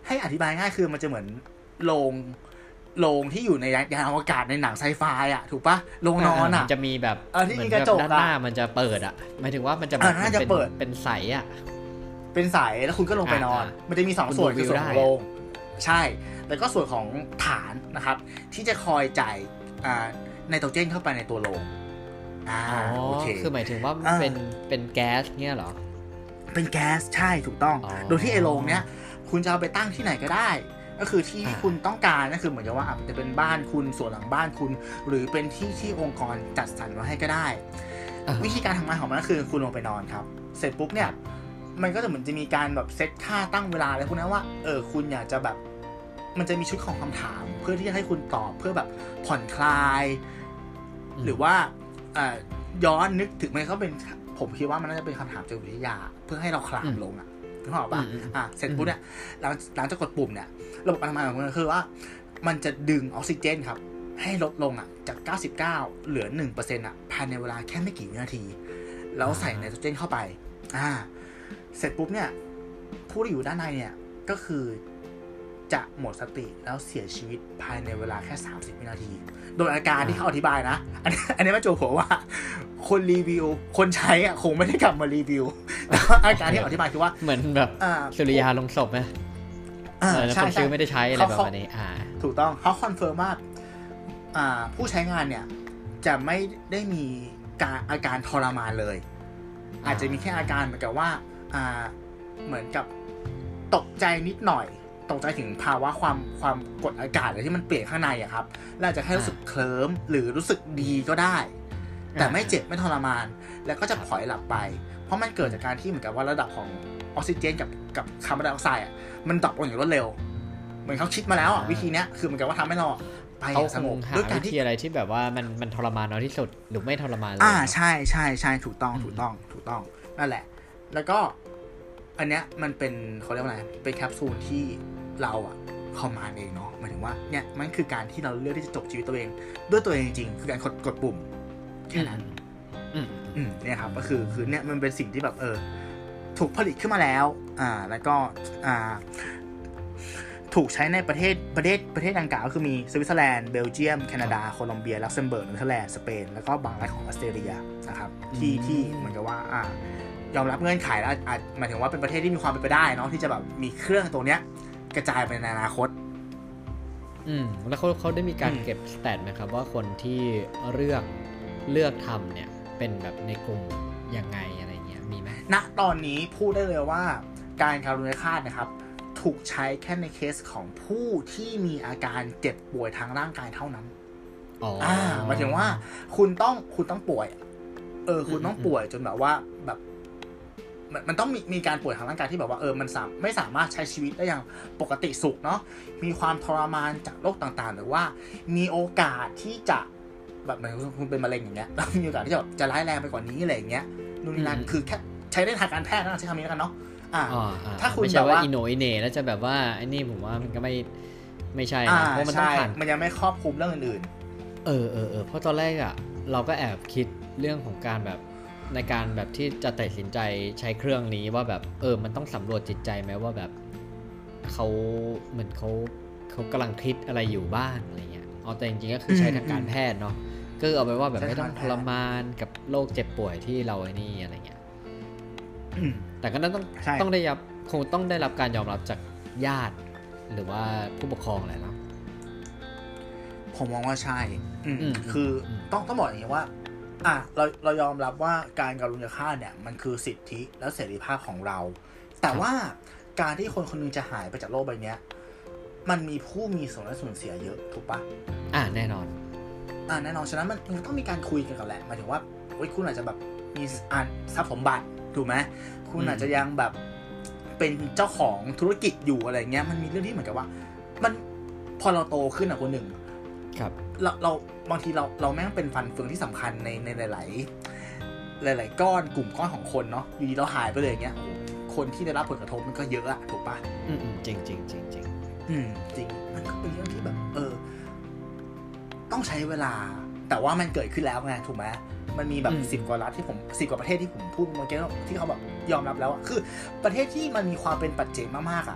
ให้อธิบายง่ายคือมันจะเหมือนโรงโรงที่อยู่ในยานอวกาศในหนังไซไฟอ่ะถูกปะโรงนอนอ่ะจะมีแบบเออที่มีกระจกด้านหน้ามันจะเปิดอ่ะหมายถึงว่ามันจะแบบน่าจะเปิดเป็นใสอ่ะเป็นใสแล้วคุณก็ลงไปนอนมันจะมีสองส่วนคือส่วนของโรงใช่แล้วก็ส่วนของฐานนะครับที่จะคอยจ่ายอ่าไนโตรเจนเข้าไปในตัวโรงอ่าโอเคคือหมายถึงว่าเป็นเป็นแก๊สเงี้ยเหรอเป็นแก๊สใช่ถูกต้องโดยที่ไอโรงเนี้ยคุณจะเอาไปตั้งที่ไหนก็ได้ก็คือที่คุณต้องการก็คือเหมือนกับว่าจะเป็นบ้านคุณส่วนหลังบ้านคุณหรือเป็นที่ที่องค์กรจัดสรรมาให้ก็ได้วิธีการทำงานของมันก็คือคุณลงไปนอนครับเสร็จปุ๊บเนี่ยมันก็จะเหมือนจะมีการแบบเซตค่าตั้งเวลาอะไรพวกนั้นว่าเออคุณอยากจะแบบมันจะมีชุดของคำถามเพื่อที่จะให้คุณตอบเพื่อแบบผ่อนคลายหรือว่าย้อนนึกถึงมันก็เป็นผมคิดว่ามันน่าจะเป็นคำถามจิตวิทยาเพื่อให้เราคลามลงอ่ะถูกป่ะอ่ะเสร็จปุ๊บเนี่ยหลังหลังจากกดปุ่มเนี่ยระบบการทำงานของมันคือว่ามันจะดึงออกซิเจนครับให้ลดลงอ่ะจากเก้าสิบเก้าเหลือ หนึ่งเปอร์เซ็นต์ อ่ะภายในเวลาแค่ไม่กี่วินาทีแล้วใส่ไนโตรเจนเข้าไปอ่าเสร็จปุ๊บเนี่ยผู้ที่อยู่ด้านในเนี่ยก็คือจะหมดสติแล้วเสียชีวิตภายในเวลาแค่สามสิบวินาทีโดยอาการที่เขาอธิบายนะอันนี้อันนี้มาโจโผว่าคนรีวิวคนใช้อ่ะคงไม่ได้กลับมารีวิวแต่ว่าอาการที่อธิบายคือว่าเหมือนแบบสุริยาลงศพไหมใช่คนซื้อไม่ได้ใช้อะไรแบบนี้อ่าถูกต้องเขาคอนเฟิร์มว่าอ่าผู้ใช้งานเนี่ยจะไม่ได้มีการอาการทรมานเลยอาจจะมีแค่อาการเหมือนกับว่าอ่าเหมือนกับตกใจนิดหน่อยตกใจถึงภาวะความความกดอากาศอะไรที่มันเปลี่ยนข้างในอะครับแล้วอาจจะแค่รู้สึกเคลิ้มหรือรู้สึกดีก็ได้แต่ไม่เจ็บไม่ทรมานแล้วก็จะพลอยหลับไปเพราะมันเกิดจากการที่เหมือนกับว่าระดับของออกซิเจนกับกับคาร์บอนไดออกไซด์อะมันดรอปลงอย่างรวดเร็วเหมือนเขาคิดมาแล้วอะวิธีเนี้ยคือเหมือนกับว่าทำให้เราไปสงบด้วยการที่อะไรที่แบบว่ามันมันทรมานน้อยที่สุดหรือไม่ทรมานเลยอ่าใช่ใช่ใช่ถูกต้องถูกต้องถูกต้องนั่นแหละแล้วก็อันเนี้ยมันเป็นเขาเรียกว่าอะไรเป็นแคปซูลที่เราอะคอมมานด์เองเนาะหมายถึงว่าเนี่ยมันคือการที่เราเลือกที่จะจบชีวิตตัวเองด้วยตัวเองจริงๆคือการกดกดปุ่มแค่นั้นอืมอืมเนี่ยครับก็คือคือเนี่ยมันเป็นสิ่งที่แบบเออถูกผลิตขึ้นมาแล้วอ่าแล้วก็อ่าถูกใช้ในประเทศประเทศประเทศดังกล่าวก็คือมีสวิตเซอร์แลนด์เบลเยียมแคนาดาโคลอมเบียลักเซมเบิร์กเนเธอร์แลนด์สเปนแล้วก็บางรายของออสเตรเลียนะครับที่ที่เหมือนกับว่าอ่ายอมรับเงื่อนไขแล้วอาจหมายถึงว่าเป็นประเทศที่มีความเป็นไปได้เนาะที่จะแบบมีเครื่องตัวเนี้ยกระจายไปในอนาคตอืมแล้วเขาเขาได้มีการเก็บสแตทไหมครับว่าคนที่เลือกเลือกทำเนี่ยเป็นแบบในกลุ่มยังไงอะไรเงี้ยมีไหมณตอนนี้พูดได้เลยว่าการการรุนฆาตนะครับถูกใช้แค่ในเคสของผู้ที่มีอาการเจ็บป่วยทางร่างกายเท่านั้นอ๋ออ่าหมายถึงว่าคุณต้องคุณต้องป่วยเออคุณต้องป่วยจนแบบว่าแบบมันมันต้องมีมีการป่วยทางร่างกายที่แบบว่าเออมันสามไม่สามารถใช้ชีวิตได้อย่างปกติสุขเนาะมีความทรมานจากโรคต่างๆหรือว่ามีโอกาสที่จะแบบเหมือนคุณเป็นมะเร็งอย่างเงี้ยแล้วมีโอกาสที่จะจะร้ายแรงไปกว่านี้อะไรอย่างเงี้ยนู่นนี่นั่นคือแค่ใช้ในทางการแพทย์นะใช้คำนี้แล้วกันเนาะอ่าถ้าคุณแบบว่าอิโนอิเน่แล้วจะแบบว่าไอ้นี่ผมว่ามันก็ไม่ไม่ใช่นะเพราะมันต้องผ่านมันยังไม่ครอบคลุมเรื่องอื่นๆเออเออเออเพราะตอนแรกอ่ะเราก็แอบคิดเรื่องของการแบบในการแบบที่จะตัดสินใจใช้เครื่องนี้ว่าแบบเออมันต้องสำรวจจิตใจไหมว่าแบบเขาเหมือนเขาเขากำลังคิดอะไรอยู่บ้างอะไรเงี้ยเอาแต่จริงๆก็คือใช้ทางการแพทย์เนาะก็เอาไปว่าแบบไม่ต้องทรมานกับโรคเจ็บป่วยที่เราไอ้นี่อะไรเงี้ยแต่ก็ต้องต้องได้รับคงต้องได้รับการยอมรับจากญาติหรือว่าผู้ปกครองแหละเนาะผมมองว่าใช่คือต้องต้องบอกอย่างนี้ว่าอ่ะเราเรายอมรับว่าการการุณยฆาตเนี่ยมันคือสิทธิและเสรีภาพของเราแต่ว่าการที่คนคนนึงจะหายไปจากโลกใบนี้มันมีผู้มีส่วนและส่วนเสียเยอะถูกปะอ่าแน่นอนอ่าแน่นอนฉะนั้นมันมันต้องมีการคุยกันกันแหละหมายถึงว่าโอ๊ยคุณอาจจะแบบมีอ่านทรัพย์สมบัติถูกไหมคุณอาจจะยังแบบเป็นเจ้าของธุรกิจอยู่อะไรเงี้ยมันมีเรื่องที่เหมือนกับว่ามันพอเราโตขึ้นอ่ะคนหนึ่งครับเราเราบางทีเราเราแม่งเป็นฟันเฟืองที่สำคัญในในหลายๆหลายๆก้อนกลุ่มก้อนของคนเนาะอยู่ดีเราหายไปเลยอย่างเงี้ยคนที่ได้รับผลกระทบมันก็เยอะอะถูกป่ะอืมจริงจริงจริงจริงอืมจริงมันก็เป็นเรื่องที่แบบเออต้องใช้เวลาแต่ว่ามันเกิดขึ้นแล้วไงถูกไหมมันมีแบบสิบกว่ารัฐที่ผมสิบกว่าประเทศที่ผมพูดเมื่อกี้ที่เขาแบบยอมรับแล้วอะคือประเทศที่มันมีความเป็นปัจเจกมากๆอะ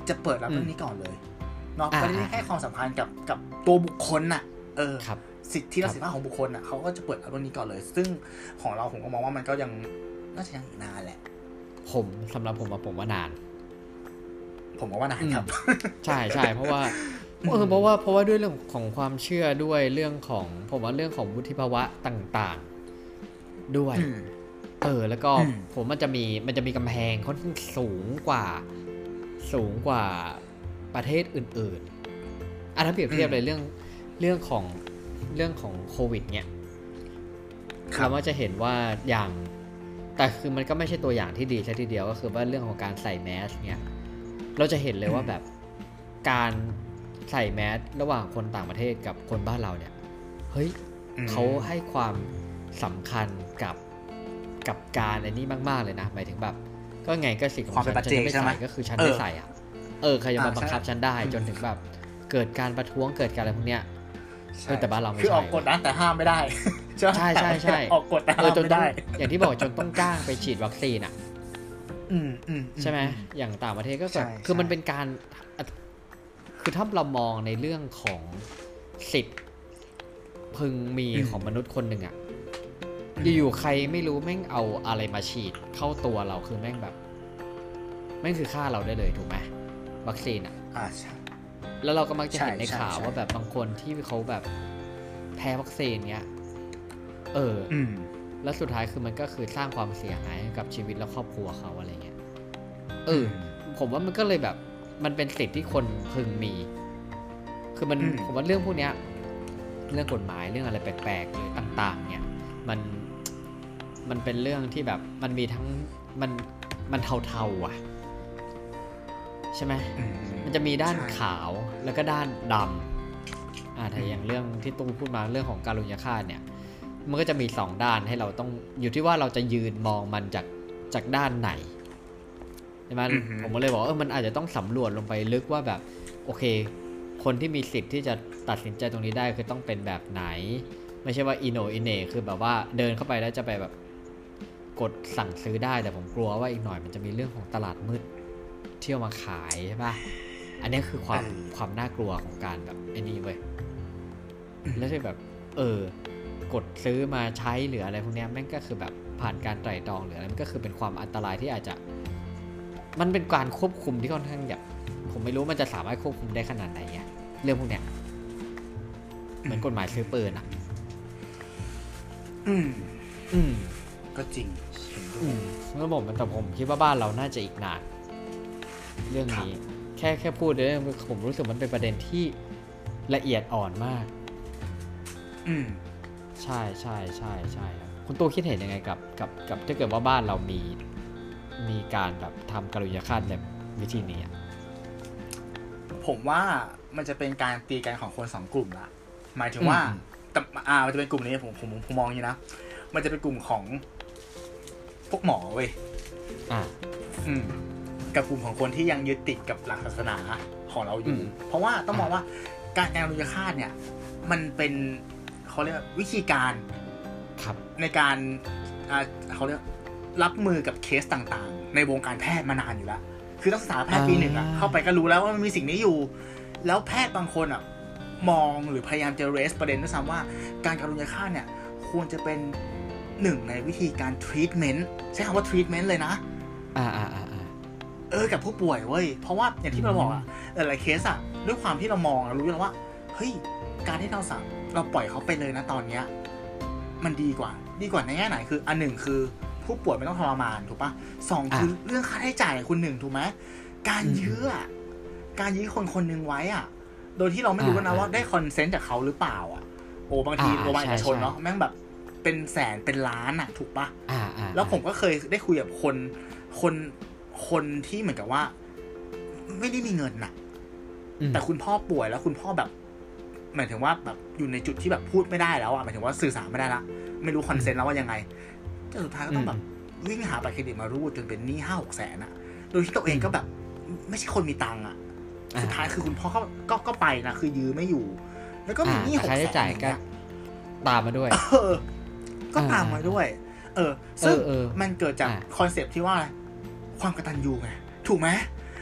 จะเปิดรับเรื่องนี้ก่อนเลยเนาะไม่ได้ให้ความสำคัญกับกับตัวบุคคลน่ะเออสิทธิและเสรีภาพของบุคคลน่ะเขาก็จะเปิดรับเรื่องนี้ก่อนเลยซึ่งของเราผมก็มองว่ามันก็ยังน่าจะยังอีกนานแหละผมสำหรับผมว่าผมว่านานผมว่านานครับใช่ใช่เพราะว่าเออเพราะว่าเพราะว่าด้วยเรื่องของความเชื่อด้วยเรื่องของผมว่าเรื่องของวุฒิภาวะต่างๆด้วยเออแล้วก็ผมมันจะมีมันจะมีกำแพงค่อนข้างสูงกว่าสูงกว่าประเทศอื่นๆอ่ะถ้าเปรียบเทียบเลยเรื่องเรื่องของเรื่องของโควิดเนี่ยเราก็จะเห็นว่าอย่างแต่คือมันก็ไม่ใช่ตัวอย่างที่ดีแค่ทีเดียวก็คือว่าเรื่องของการใส่แมสเนี่ยเราจะเห็นเลยว่าแบบการใส่แมสระหว่างคนต่างประเทศกับคนบ้านเราเนี่ยเฮ้ยเขาให้ความสำคัญกับกับการอันนี้มากๆเลยนะหมายถึงแบบก็ไงก็สิทธิ์ของฉันฉันไม่ใส่ก็คือฉันไม่ใส่อ่ะเออใครจะมาบังคับฉันได้จนถึงแบบเกิดการประท้วงเกิดการอะไรพวกเนี้ยแต่บ้านเราไม่ใช่คือออกกฎนะแต่ห้ามไม่ได้ใช่ใช่ใช่ออกกฎแต่ห้ามไม่ได้อย่างที่บอกจนต้องจ้างไปฉีดวัคซีนอ่ะอืมอืมใช่ไหมอย่างต่างประเทศก็คือมันเป็นการคือถ้าเรามองในเรื่องของสิทธิ์พึงมีของมนุษย์คนหนึ่งอ่ะอยู่ๆใครไม่รู้แม่งเอาอะไรมาฉีดเข้าตัวเราคือแม่งแบบแม่งคือฆ่าเราได้เลยถูกไหมวัคซีนอ่ะอ่าใช่แล้วเราก็มักจะเห็นในข่าวว่าแบบบางคนที่เขาแบบแพ้วัคซีนเนี้ยเออแล้วสุดท้ายคือมันก็คือสร้างความเสียหายให้กับชีวิตและครอบครัวเขาอะไรเงี้ยเออผมว่ามันก็เลยแบบมันเป็นสิทธิ์ที่คนพึงมีคือมันผมว่าเรื่องพวกเนี้ยเรื่องกฎหมายเรื่องอะไรแปลกๆหรือต่างๆเนี่ยมันมันเป็นเรื่องที่แบบมันมีทั้งมันมันเทาๆอ่ะใช่ไหมมันจะมีด้านขาวแล้วก็ด้านดำอ่าถ้าอย่างเรื่องที่ตุ้งพูดมาเรื่องของการุญยฆาตเนี่ยมันก็จะมีสองด้านให้เราต้องอยู่ที่ว่าเราจะยืนมองมันจากจากด้านไหนใช่ไหมผมก็เลยบอกเออมันอาจจะต้องสำรวจลงไปลึกว่าแบบโอเคคนที่มีสิทธิ์ที่จะตัดสินใจตรงนี้ได้คือต้องเป็นแบบไหนไม่ใช่ว่าอิโนอิเนคือแบบว่าเดินเข้าไปแล้วจะไปแบบกดสั่งซื้อได้แต่ผมกลัวว่าอีกหน่อยมันจะมีเรื่องของตลาดมืดเที่ยวมาขายใช่ป่ะอันนี้คือความความน่ากลัวของการแบบไอ้นี่เว้ยแล้วที่แบบเออกดซื้อมาใช้หรืออะไรพวกนี้แม่งก็คือแบบผ่านการไตร่ตรองหรืออะไรมันก็คือเป็นความอันตรายที่อาจจะมันเป็นการควบคุมที่ค่อนข้างแบบผมไม่รู้มันจะสามารถควบคุมได้ขนาดไหนเงี้ยเรื่องพวกเนี้ยเหมือนกฎหมายซื้อปืนอ่ะอืมอืมก็จริงอืมแล้วผมแต่ผมคิดว่าบ้านเราน่าจะอีกนานเรื่องนี้แค่แค่พูดเลยผมรู้สึกมันเป็นประเด็นที่ละเอียดอ่อนมากอืมใช่ใช่ใช่ใช่ครับคุณตู้คิดเห็นยังไงกับกับกับถ้าเกิดว่าบ้านเรามีมีการแบบทำการุญยฆาตแบบวิธีนี้ผมว่ามันจะเป็นการตีกันของคนสองกลุ่มละหมายถึงว่าแต่อ่ามันจะเป็นกลุ่มนี้ผมผมผมมองอย่างนี้นะมันจะเป็นกลุ่มของพวกหมอเว้ยอ่าอืมกับกลุ่มของคนที่ยังยึดติดกับหลักศาสนาของเราอยู่เพราะว่าต้องมองว่าการการรุญฆาตเนี่ยมันเป็นเขาเรียกวิธีการในการอ่าเขาเรียกรับมือกับเคสต่างๆในวงการแพทย์มานานอยู่แล้วคือนักศึกษาแพทย์ปีหนึ่งอ่ะเข้าไปก็รู้แล้วว่ามันมีสิ่งนี้อยู่แล้วแพทย์บางคนอ่ะมองหรือพยายามจะเรสประเด็นด้วยซ้ำว่าการการรุญฆาตเนี่ยควรจะเป็นหนึ่งในวิธีการทรีทเมนต์ใช้คำว่าทรีทเมนต์เลยนะอ่าอ่าอ่าเออกับผู้ป่วยเว้ยเพราะว่าอย่างที่เราบอกอ่ะหลายๆเคสอ่ะด้วยความที่เรามองเรารู้แล้วว่าเฮ้ยการที่เราสั่งเราปล่อยเขาไปเลยนะตอนเนี้ยมันดีกว่าดีกว่าในแง่ไหนคืออันหนึ่งคือผู้ป่วยไม่ต้องทรมานถูกปะสองคือเรื่องค่าใช้จ่ายคุณหนึ่งถูกไหมการยื้อการยื้อคนคนหนึ่งไว้อ่ะโดยที่เราไม่รู้นะว่าได้คอนเซนต์จากเขาหรือเปล่าอ่ะโอ้บางทีโรงพยาบาลเอกชนเนาะแม่งแบบเป็นแสนเป็นล้านอ่ะถูกปะแล้วผมก็เคยได้คุยกับคนคนคนที่เหมือนกับว่าไม่ได้มีเงินน่ะแต่คุณพ่อป่วยแล้วคุณพ่อแบบหมายถึงว่าแบบอยู่ในจุดที่แบบพูดไม่ได้แล้วอ่ะหมายถึงว่าสื่อสารไม่ได้ละไม่รู้คอนเซนต์แล้วว่ายังไงแต่สุดท้ายก็ต้องแบบวิ่งหาบัตรเครดิตมารูดจนเป็นหนี้ห้าหกแสนอ่ะโดยที่ตัวเองก็แบบไม่ใช่คนมีตังค์อ่ะสุดท้ายคือคุณพ่อก็ก็ก็ไปนะคือยื้อไม่อยู่แล้วก็มีหนี้หกแสนจ่ายก็ตามมาด้วยก็ตามมาด้วยเออซึ่งมันเกิดจากคอนเซปต์ที่ว่าอะไรความกตัญญูไงถูกไหม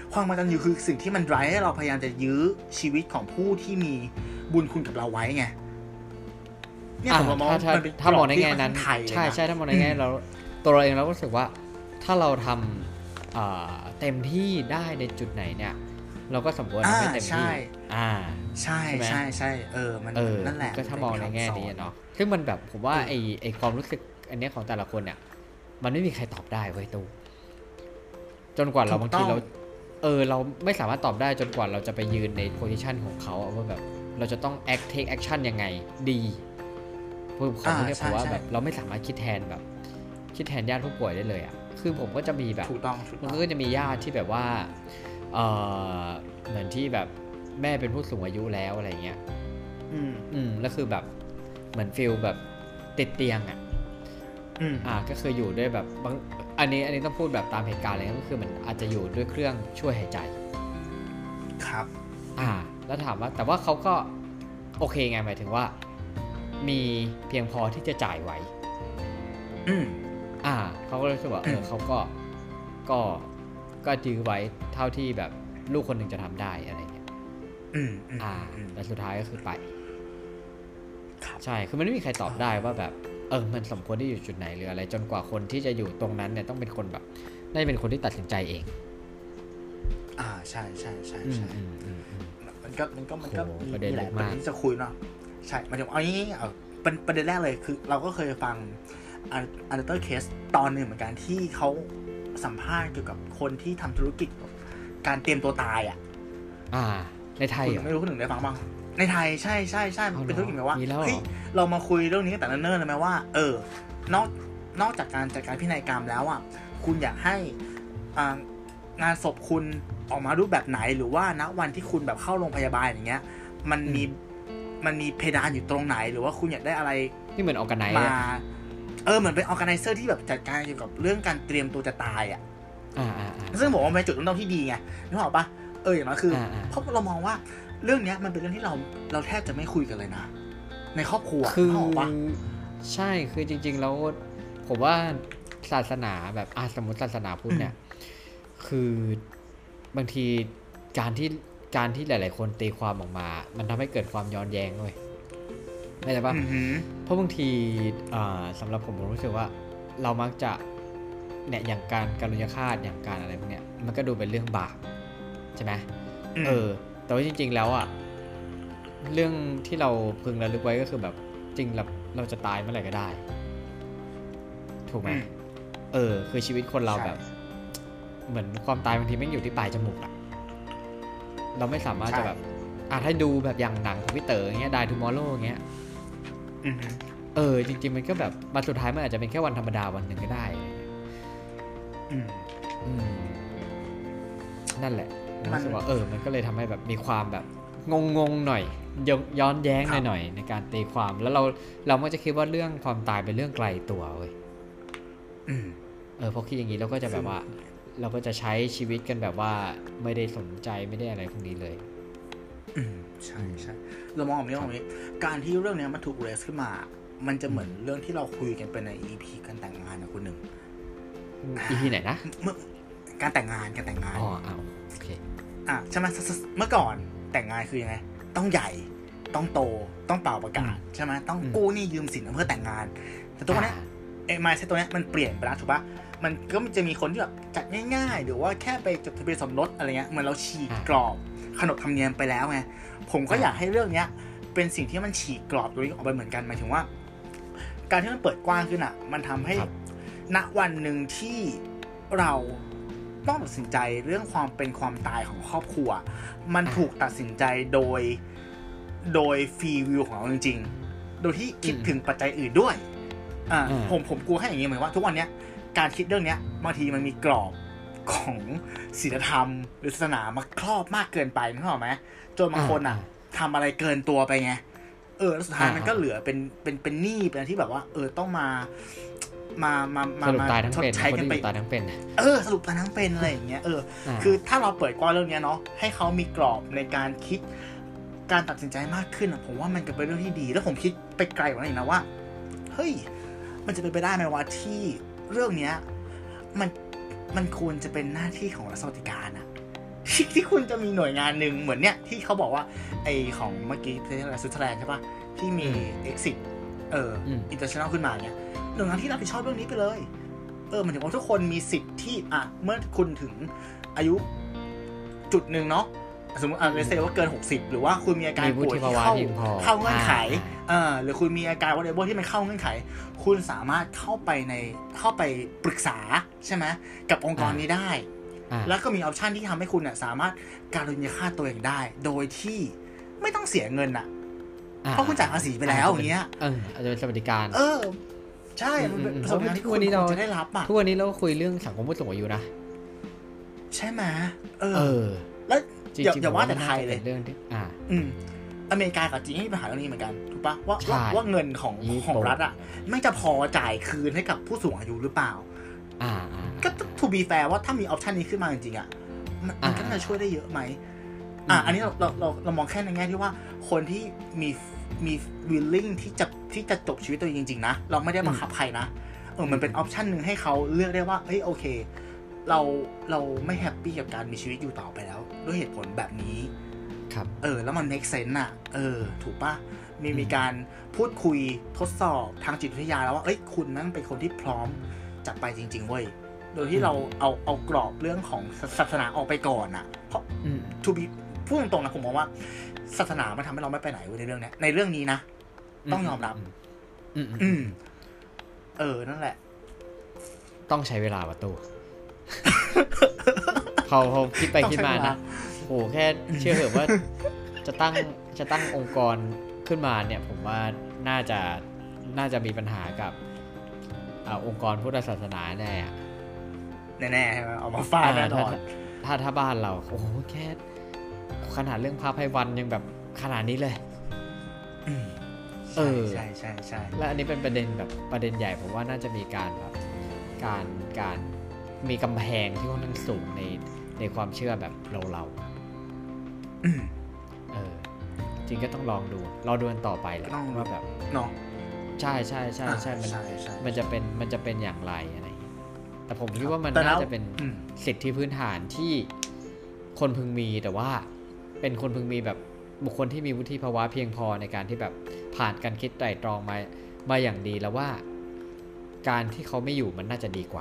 ความกตัญญูคือสิ่งที่มัน drive ให้เราพยายามจะยื้อชีวิตของผู้ที่มีบุญคุณกับเราไว้ไงเนี่ยผมมองมันเป็นถ้ามองในแง่นั้นใช่ใช่ถ้ามองในแง่เราตัวเราเองเราก็รู้สึกว่าถ้าเราทำเต็มที่ได้ในจุดไหนเนี่ยเราก็สมควรทำให้เต็มที่อ่าใช่ใช่ใช่เออมันนั่นแหละก็ถ้ามองในแง่นี้เนาะซึ่งมันแบบผมว่าไอไอความรู้สึกอันนี้ของแต่ละคนเนี่ยมันไม่มีใครตอบได้เว้ยตู้จนกว่าเราบางทีเราเออเราไม่สามารถตอบได้จนกว่าเราจะไปยืนในโพสิชันของเขาว่าแบบเราจะต้อง act take action ยังไงดีเพราะของพวกนี้ผมว่าแบบเราไม่สามารถคิดแทนแบบคิดแทนญาติผู้ป่วยได้เลยอ่ะคือผมก็จะมีแบบมันก็จะมีญาติที่แบบว่าเออเหมือนที่แบบแม่เป็นผู้สูงอายุแล้วอะไรเงี้ยอืมอืมแล้วคือแบบเหมือนฟีลแบบติดเตียงอ่ะอืมอ่าก็คืออยู่ด้วยแบบบางอันนี้อันนี้ต้องพูดแบบตามเหตุการณ์เลยก็คือมันอาจจะอยู่ด้วยเครื่องช่วยหายใจครับอ่าแล้วถามว่าแต่ว่าเขาก็โอเคไงหมายถึงว่ามีเพียงพอที่จะจ่ายไว้อืมอ่าเขาก็รู้สึกว่าเออเขาก็ก็ก็ยื้อไว้เท่าที่แบบลูกคนหนึ่งจะทำได้อะไรเงี้ยอืมอ่าแต่สุดท้ายก็คือไปใช่คือมันไม่มีใครตอบได้ว่าแบบเออมันสมควรที่อยู่จุดไหนหรืออะไรจนกว่าคนที่จะอยู่ตรงนั้นเนี่ยต้องเป็นคนแบบได้เป็นคนที่ตัดสินใจเองอ่าใช่ใช่ใช่ใช่มันก็มันก็มันก็ประเด็นแหละประเด็นที่จะคุยเนาะใช่มันจะเอางี้เอาเป็นประเด็นแรกเลยคือเราก็เคยฟังอันเดอร์เคสตอนหนึ่งเหมือนกันที่เขาสัมภาษณ์เกี่ยวกับคนที่ทำธุรกิจการเตรียมตัวตายอ่ะอ่าในไทยไม่รู้คนหนึ่งได้ฟังบ้างในไทยใช่ใช่ใช่เป็นธุรกิจแบบว่าเฮ้ยเรามาคุยเรื่องนี้ตั้งแต่เนิ่นๆเลยไหมว่าเออนอกนอกจากการจัดการพินัยกรรมแล้วอ่ะคุณอยากให้งานศพคุณออกมารูปแบบไหนหรือว่าณวันที่คุณแบบเข้าโรงพยาบาลอย่างเงี้ยมันมีมันมีเพดานอยู่ตรงไหนหรือว่าคุณอยากได้อะไรที่เหมือนออร์แกไนซ์มาเออเหมือนเป็นออร์แกไนเซอร์ที่แบบจัดการเกี่ยวกับเรื่องการเตรียมตัวจะตายอ่ะซึ่งบอกว่าเป็นจุดเริ่มต้นที่ดีไงนึกออกปะเอออย่างนั้นคือเพราะเรามองว่าเรื่องนี้มันเป็นเรื่องที่เราเราแทบจะไม่คุยกันเลยนะในครอบครัวคือใช่คือจริงๆแล้วผมว่าศาสนาแบบอ่ะสมมติศาสนาพุทธเนี่ยคือบางทีการที่การที่หลายๆคนตีความออกมามันทำให้เกิดความย้อนแย้งเลยไม่ใช่ปะเพราะบางทีสำหรับผมผมรู้สึกว่าเรามักจะเนี่ยอย่างการการุญฆาตอย่างการอะไรพวกเนี้ยมันก็ดูเป็นเรื่องบาปใช่ไหมเออแต่ว่าจริงๆแล้วอ่ะเรื่องที่เราพึงระลึกไว้ก็คือแบบจริงเราเราจะตายเมื่อไหร่ก็ได้ถูกไหมเออคือชีวิตคนเราแบบเหมือนความตายบางทีไม่อยู่ที่ปลายจมูกอะเราไม่สามารถจะแบบอ่ะถ้าดูแบบอย่างหนังของพี่เต๋ออย่างเงี้ย Die Tomorrow อย่างเงี้ยเออจริงๆมันก็แบบมาสุดท้ายมันอาจจะเป็นแค่วันธรรมดาวันหนึ่งก็ได้อืมอืมนั่นแหละผมรู้สึกว่าเออมันก็เลยทำให้แบบมีความแบบงงๆหน่อยย้อนแย้งหน่อยๆในการตีความแล้วเราเราก็จะคิดว่าเรื่องความตายเป็นเรื่องไกลตัวเว้ยเออพอคิดอย่างนี้เราก็จะแบบว่าเราก็จะใช้ชีวิตกันแบบว่าไม่ได้สนใจไม่ได้อะไรพวกนี้เลยอืมใช่ใช่เรามองแบบนี้มองแบบนี้การที่เรื่องนี้มันถูกเรสขึ้นมามันจะเหมือนเรื่องที่เราคุยกันเป็นใน อี พี การแต่งงานนะคุณหนึ่งอี พี ไหนนะเมื่อการแต่งงานการแต่งงานอ๋ออ้าวโอเคอ่ะใช่ไหมเมื่อก่อนแต่งงานคือยังไงต้องใหญ่ต้องโตต้องเป่าประกาศใช่ไหมต้องกู้หนี้ยืมสินเพื่อแต่งงานแต่ตัวนี้ไอ้มายเซ็ตตัวนี้มันเปลี่ยนไปแล้วถูกปะมันก็จะมีคนที่แบบจัดง่ายๆหรือว่าแค่ไปจดทะเบียนสมรสอะไรเงี้ยเหมือนเราฉีกกรอบขนบธรรมเนียมไปแล้วไงผมก็อยากให้เรื่องเนี้ยเป็นสิ่งที่มันฉีกกรอบตัวนี้ออกไปเหมือนกันหมายถึงว่าการที่มันเปิดกว้างขึ้นอ่ะมันทำให้ณวันหนึ่งที่เราต้องตัดสินใจเรื่องความเป็นความตายของครอบครัวมันถูกตัดสินใจโดยโดยฟรีวิวของเราจริงๆโดยที่คิดถึงปัจจัยอื่นด้วยอ่าผมผมกลัวแค่อย่างนี้เหมือนว่าทุกวันเนี้ยการคิดเรื่องนี้บางทีมันมีกรอบของศีลธรรมหรือศาสนามาครอบมากเกินไปนึกออกไหมจนบางคนอ่ะทำอะไรเกินตัวไปไงเออแล้วสุดท้ายมันก็เหลือเป็นเป็นเป็นหนี้เป็นที่แบบว่าเออต้องมามามามามาชดใช้กันไปตายทั้งเป็นเออสรุปตายทั้งเป็นอะไรอย่างเงี้ยเออคือถ้าเราเปิดกว้างเรื่องนี้เนาะให้เขามีกรอบในการคิดการตัดสินใจมากขึ้นผมว่ามันก็เป็นเรื่องที่ดีแล้วผมคิดไปไกลกว่านั้นอีกนะว่าเฮ้ยมันจะเป็นไปได้ไหมว่าที่เรื่องเนี้ยมันมันควรจะเป็นหน้าที่ของรัฐสวัสดิการอะทที่ที่คุณจะมีหน่วยงานหนึ่งเหมือนเนี้ยที่เขาบอกว่าไอของเมื่อกี้ที่อะไรสวิตเซอร์แลนด์ใช่ป่ะที่มี exit เอ่อ international ขึ้นมาเนี่ยหน่วยงานที่รับผิดชอบเรื่องนี้ไปเลยเออหมายถึงว่าทุกคนมีสิทธิ์ที่อ่ะเมื่อคุณถึงอายุจุดหนึ่งเนาะสมมติอ่ะเลเซว่าเกินหกสิบหรือว่าคุณมีอาการป่วยที่เข้าเข้าเงื่อนไขเออหรือคุณมีอาการวอลเลย์บอลที่มันเข้าเงื่อนไขคุณสามารถเข้าไปในเข้าไปปรึกษาใช่ไหมกับองค์กรนี้ได้แล้วก็มีออปชันที่ทำให้คุณเนี่ยสามารถการุญยฆาตตัวเองได้โดยที่ไม่ต้องเสียเงินอ่ะเพราะคุณจ่ายภาษีไปแล้วอย่างเงี้ยเอออาจจะเป็นสวัสดิการเออใช่มันเป็นประสบการณ์ที่คุณจะได้รับอ่ะทุกวันนี้เราก็คุยเรื่องสังคมผู้สูงอายุนะใช่ไหมเออแล้วอย่าอย่าว่าแต่ไทยเลยเรื่องที่อ่าอืมอเมริกากับจีนมีปัญหาเรื่องนี้เหมือนกันถูกปะว่าว่าเงินของของรัฐอ่ะไม่จะพอจ่ายคืนให้กับผู้สูงอายุหรือเปล่าอ่าก็ทูบีแฟร์ว่าถ้ามีออปชันนี้ขึ้นมาจริงๆอ่ะมันก็จะช่วยได้เยอะไหมอ่าอันนี้เราเราเราเรามองแค่ในแง่ที่ว่าคนที่มีมี willing ที่จะที่จะจบชีวิตตัวเองจริงๆนะเราไม่ได้บังคับใครนะเออมันเป็นออปชันนึงให้เขาเลือกได้ว่าเฮ้ยโอเคเราเราไม่แฮปปี้กับการมีชีวิตอยู่ต่อไปแล้วด้วยเหตุผลแบบนี้ครับเออแล้วมัน make sense อ่ะเออถูกป่ะมีมีการพูดคุยทดสอบทางจิตวิทยาแล้วว่าเอ้ยคุณนั่นเป็นคนที่พร้อมจะไปจริงๆเว้ยโดยที่เราเอาเอากรอบเรื่องของศาสนาออกไปก่อนอ่ะเพราะ to be พูดตรงๆนะผมมองว่าศาสนามันทำให้เราไม่ไปไหนในเรื่องนี้ในเรื่องนี้นะต้องยอมรับอืมเออนั่นแหละต้องใช้เวลาประตูเขาเขาคิดไปคิดมานะโอ้แค่เชื่อเถอะว่าจะตั้งจะตั้งองค์กรขึ้นมาเนี่ยผมว่าน่าจะน่าจะมีปัญหากับอ่าองค์กรพุทธศาสนาแน่แน่ๆใช่ไหมเอามาฟาดแน่นอนถ้าถ้าบ้านเราโอ้โหแค่ขนาดเรื่องพระไพวันยังแบบขนาดนี้เลยเออใช่ใช่ใช่และอันนี้เป็นประเด็นแบบประเด็นใหญ่ผมว่าน่าจะมีการแบบการการมีกำแพงที่ค่อนข้างสูงในในความเชื่อแบบเราเราเออจริงก็ต้องลองดูเราดูกันต่อไปแหละว่าแบบเนาะใช่ใช่ใช่ใช่มันมันจะเป็นมันจะเป็นอย่างไรอะไรแต่ผมคิดว่ามันน่าจะเป็นสิทธิพื้นฐานที่คนพึงมีแต่ว่าเป็นคนพึงมีแบบบุคคลที่มีวุฒิภาวะเพียงพอในการที่แบบผ่านการคิดไตร่ตรองมามาอย่างดีแล้วว่าการที่เขาไม่อยู่มันน่าจะดีกว่า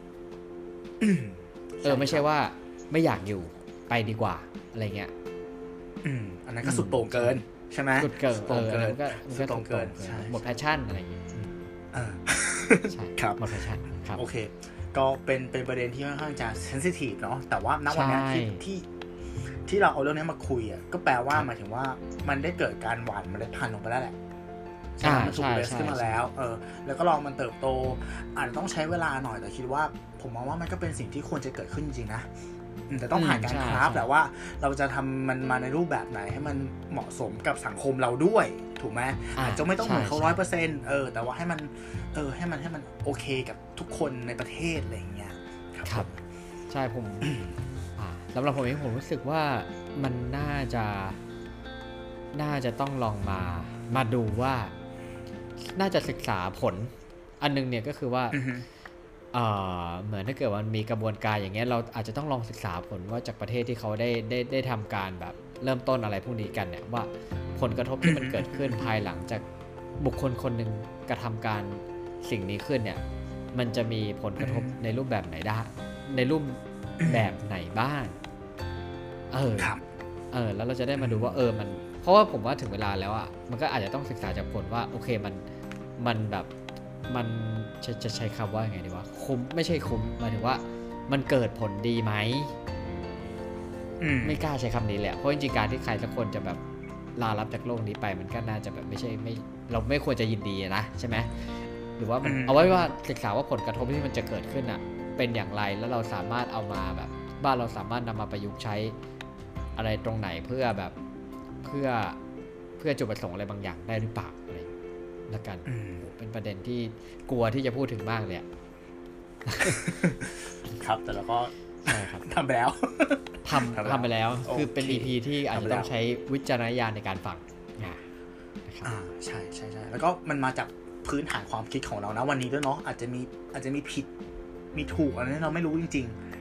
เออไม่ใช่ว่าไม่อยากอยู่ไปดีกว่าอะไรเงี้ยอืมอันนั้นก็สุดโต่งเกินใช่ไหมสุดเกินโต่งเกินก็สุดโต่งเกินหมดแพชชั่นอะไรอย่างเงี้ยอ่าใช่ครับหมดแพชชั่นครับโอเคก็เป็นเป็นประเด็นที่ค่อนข้างจะเซนซิทีฟเนาะแต่ว่าณวันนี้ที่ที่ที่เราเอาเรื่องนี้มาคุยอ่ะก็แปลว่าหมายถึงว่ามันได้เกิดการหว่านเมล็ดพันธุ์ลงไปแล้วแหละใช่มันถูกเลสขึ้นมาแล้วเออแล้วก็ลองมันเติบโตอาจจะต้องใช้เวลาหน่อยแต่คิดว่าผมมองว่ามันก็เป็นสิ่งที่ควรจะเกิดขึ้นจริงนะแต่ต้องผ่านการคราฟแหละว่าเราจะทำมันมาในรูปแบบไหนให้มันเหมาะสมกับสังคมเราด้วยถูกไหมอาจจะไม่ต้องเหมือนเขาร้อยเปอร์เซ็นต์เออแต่ว่าให้มันเออให้มันให้มันโอเคกับทุกคนในประเทศอะไรอย่างเงี้ยครับใช่ผมสำหรับผมเองผมรู้สึกว่ามันน่าจะน่าจะต้องลองมามาดูว่าน่าจะศึกษาผลอันนึงเนี่ยก็คือว่าเอ่อเหมือนถ้าเกิดว่ามีกระบวนการอย่างเงี้ยเราอาจจะต้องลองศึกษาผลว่าจากประเทศที่เขาได้ได้ได้ทำการแบบเริ่มต้นอะไรพวกนี้กันเนี่ยว่าผลกระทบที่มันเกิดขึ้นภายหลังจากบุคคลคนหนึ่งกระทำการสิ่งนี้ขึ้นเนี่ยมันจะมีผลกระทบในรูปแบบไหนได้ในรูปแบบไหนบ้างเออเออแล้วเราจะได้มาดูว่าเออมันเพราะว่าผมว่าถึงเวลาแล้วอ่ะมันก็อาจจะต้องศึกษาจากผลว่าโอเคมันมันแบบมันจะจะใช้คำว่าไงดีวะคุ้มไม่ใช่คุ้มหมายถึงว่ามันเกิดผลดีไหมไม่กล้าใช้คำนี้แหละเพราะจริงๆการที่ใครสักคนจะแบบลาลับจากโลกนี้ไปมันก็น่าจะแบบไม่ใช่ไม่เราไม่ควรจะยินดีนะใช่ไหมหรือว่ามันเอาไว้ว่าศึกษาว่าผลกระทบที่มันจะเกิดขึ้นอ่ะเป็นอย่างไรแล้วเราสามารถเอามาแบบบ้านเราสามารถนำมาประยุกต์ใช้อะไรตรงไหนเพื่อแบบเพื่อเพื่อจุดประสงค์อะไรบางอย่างได้หรือเปล่าอะไรละกันเป็นประเด็นที่กลัวที่จะพูดถึงมากเลยครับแต่เราก็ใช่ครับทำไปแล้วทำทำไปแล้วคือเป็น อี พี ที่อาจจะต้องใช้วิจารณญาณในการฟังนะครับอ่าใช่ใช่ใช่แล้วก็มันมาจากพื้นฐานความคิดของเรานะวันนี้ด้วยเนาะอาจจะมีอาจจะมีผิดมีถูกอะไรเราไม่รู้จริงๆ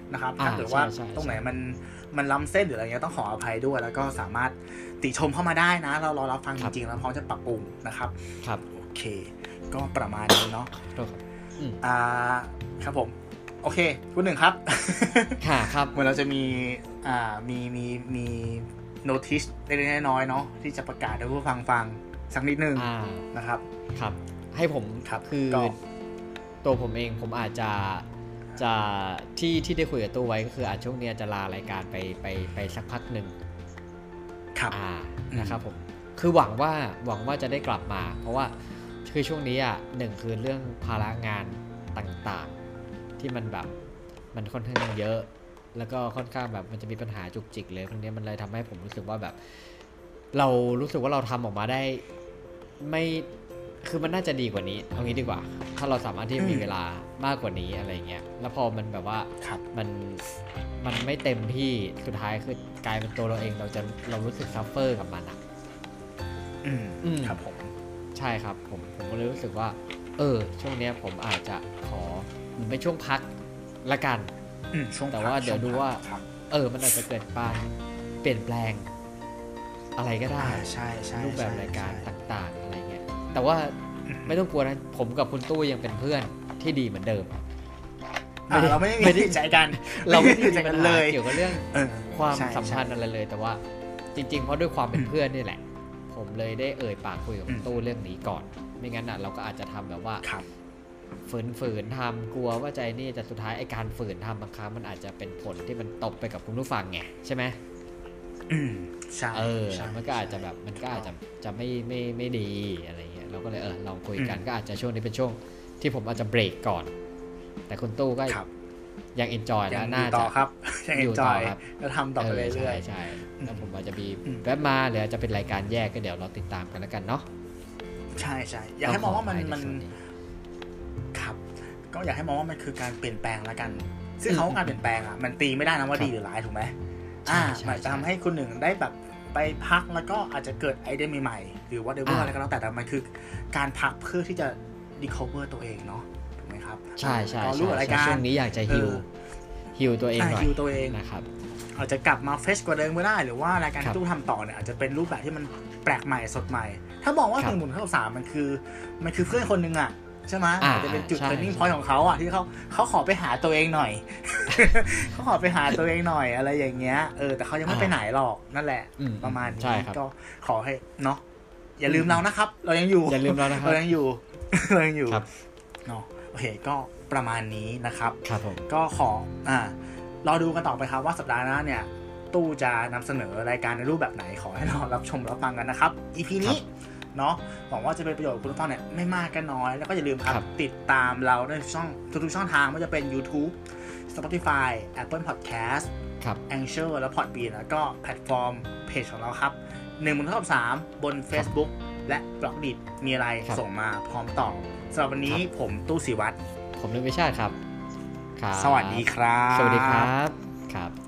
นะครับถ้าเกิดว่าตรงไหนมันมันล้ำเส้นหรืออะไรเงี้ยต้องขออภัยด้วยแล้วก็สามารถติชมเข้ามาได้นะเรารอรับฟังจริงๆแล้วพร้อมจะปรับปรุงนะครับครับโอเคก็ประมาณนี้เนาะอ่าครับผมโอเคคุณหนึ่งครับค่ะครับเหมือนเราจะมีอ่ามีมีมีโน้ติสเล็กๆน้อยๆเนาะที่จะประกาศให้ผู้ฟังฟังสักนิดนึงนะครับครับให้ผมคือตัวผมเองผมอาจจะจะที่ที่ได้คุยกับตู้ไว้ก็คืออาจช่วงนี้จะลารายการไปไปไปสักพักหนึ่งครับอ่านะครับผมคือหวังว่าหวังว่าจะได้กลับมาเพราะว่าคือช่วงนี้อ่ะหนึ่งคือเรื่องภาระงานต่างๆที่มันแบบมันค่อนข้างเยอะแล้วก็ค่อนข้างแบบมันจะมีปัญหาจุกจิกเลยพวกนี้มันเลยทำให้ผมรู้สึกว่าแบบเรารู้สึกว่าเราทำออกมาได้ไม่คือมันน่าจะดีกว่านี้เอางี้ดีกว่าถ้าเราสามารถที่มีเวลามากกว่านี้อะไรเงี้ยแล้วพอมันแบบว่ามันมันไม่เต็มที่สุดท้ายคือกลายเป็นตัวเราเองเราจะเรารู้สึกซัฟเฟอร์กับมันอ่ะอืมครับผมใช่ครับผมผมก็เลยรู้สึกว่าเออช่วงนี้ผมอาจจะขอมันเป็นช่วงพักละกันแต่ว่าเดี๋ยวดูว่าเออมันอาจจะเกิดการเปลี่ยนแปลงอะไรก็ได้ใช่ใช่รูปแบบรายการต่างๆอะไรเงี้ยแต่ว่าไม่ต้องกลัวนะผมกับคุณตู้ยังเป็นเพื่อนที่ดีเหมือนเดิมเราไม่ได้ติดใจกันเราไม่ได้ติดใจกันเลยเกี่ยวกับเรื่องความสัมพันธ์อะไรเลยแต่ว่าจริงๆเพราะด้วยความเป็นเพื่อนนี่แหละผมเลยได้เอ่ยปากคุยกับคุณตู้เรื่องนี้ก่อนไม่งั้นอ่ะเราก็อาจจะทำแบบว่าฝืนๆทำกลัวว่าใจนี่แต่สุดท้ายไอ้การฝืนทำบางครั้งมันอาจจะเป็นผลที่มันตกไปกับคุณผู้ฟังไงใช่ไหมอืมใช่เออมันก็อาจจะแบบมันก็อาจจะจะไม่ไม่ไม่ดีอะไรเงี้ยเราก็เลยเออลองคุยกันก็อาจจะช่วงนี้เป็นช่วงที่ผมอาจจะเบรกก่อนแต่คุณตู้ก็ยังเอนจอยและน่าจะอยู่ต่อครับแล้วทำต่อไปเรื่อยๆใช่แล้วผมอาจจะมีแวบมาหรืออาจจะเป็นรายการแยกก็เดี๋ยวเราติดตามกันแล้วกันเนาะใช่ใช่อยากให้มองว่ามันมันครับก็อยากให้มองว่ามันคือการเปลี่ยนแปลงแล้วกันซึ่งเขาการเปลี่ยนแปลงอ่ะมันตีไม่ได้นะว่าดีหรือร้ายถูกไหมอ่ามันจะทำให้คุณหนึ่งได้แบบไปพักแล้วก็อาจจะเกิดไอเดียใหม่ๆหรือว่าเดเวอร์อะไรก็แล้วแต่แต่มันคือการพักเพื่อที่จะรีคอเวอร์ตัวเองเนาะถูกไหมครับใช่ใช่ใช่ช่วงนี้อยากจะฮิวฮิวตัวเองหน่อยฮิวตัวเองนะครับอาจจะกลับมาเฟรชกว่าเดิมก็ได้หรือว่ารายการที่ตู้ทำต่อเนี่ยอาจจะเป็นรูปแบบที่มันแปลกใหม่สดใหม่ถ้ามองว่าหนึ่งหมุนเท่าสามมันคือมันคือเพื่อนคนนึงอ่ะใช่ไหมอาจจะเป็นจุด turning point ของเขาอ่ะที่เขาเขาขอไปหาตัวเองหน่อย เขาขอไปหาตัวเองหน่อยอะไรอย่างเงี้ยเออแต่เขายังไม่ไปไหนหรอกนั่นแหละประมาณนี้ก็ขอให้เนาะอย่าลืมเรานะครับเรายังอยู่อย่าลืมเรานะครับเรายังอยู่เรายังอยู่เนาะโอเคก็ประมาณนี้นะครับครับผมก็ขออ่ารอดูกันต่อไปครับว่าสัปดาห์หน้าเนี่ยตู้จะนำเสนอรายการในรูปแบบไหนขอให้เรารับชมรับฟังกันนะครับ อี พี นี้เนาะหวังว่าจะเป็นประโยชน์กับคุณผู้ฟังเนี่ยไม่มากก็น้อยแล้วก็อย่าลืมครับติดตามเราในช่องทุกๆช่องทางไม่ว่าจะเป็น YouTube Spotify Apple Podcast ครับ Anchor และ Podbean แล้วก็แพลตฟอร์มเพจของเราครับหนึ่งบนเท่ากับสามบน Facebook และ Blogdit มีอะไรส่งมาพร้อมตอบสำหรับวันนี้ผมตู้ศิวัตรผมนึกวิชาติครับสวัสดีครับสวัสดีครับครับ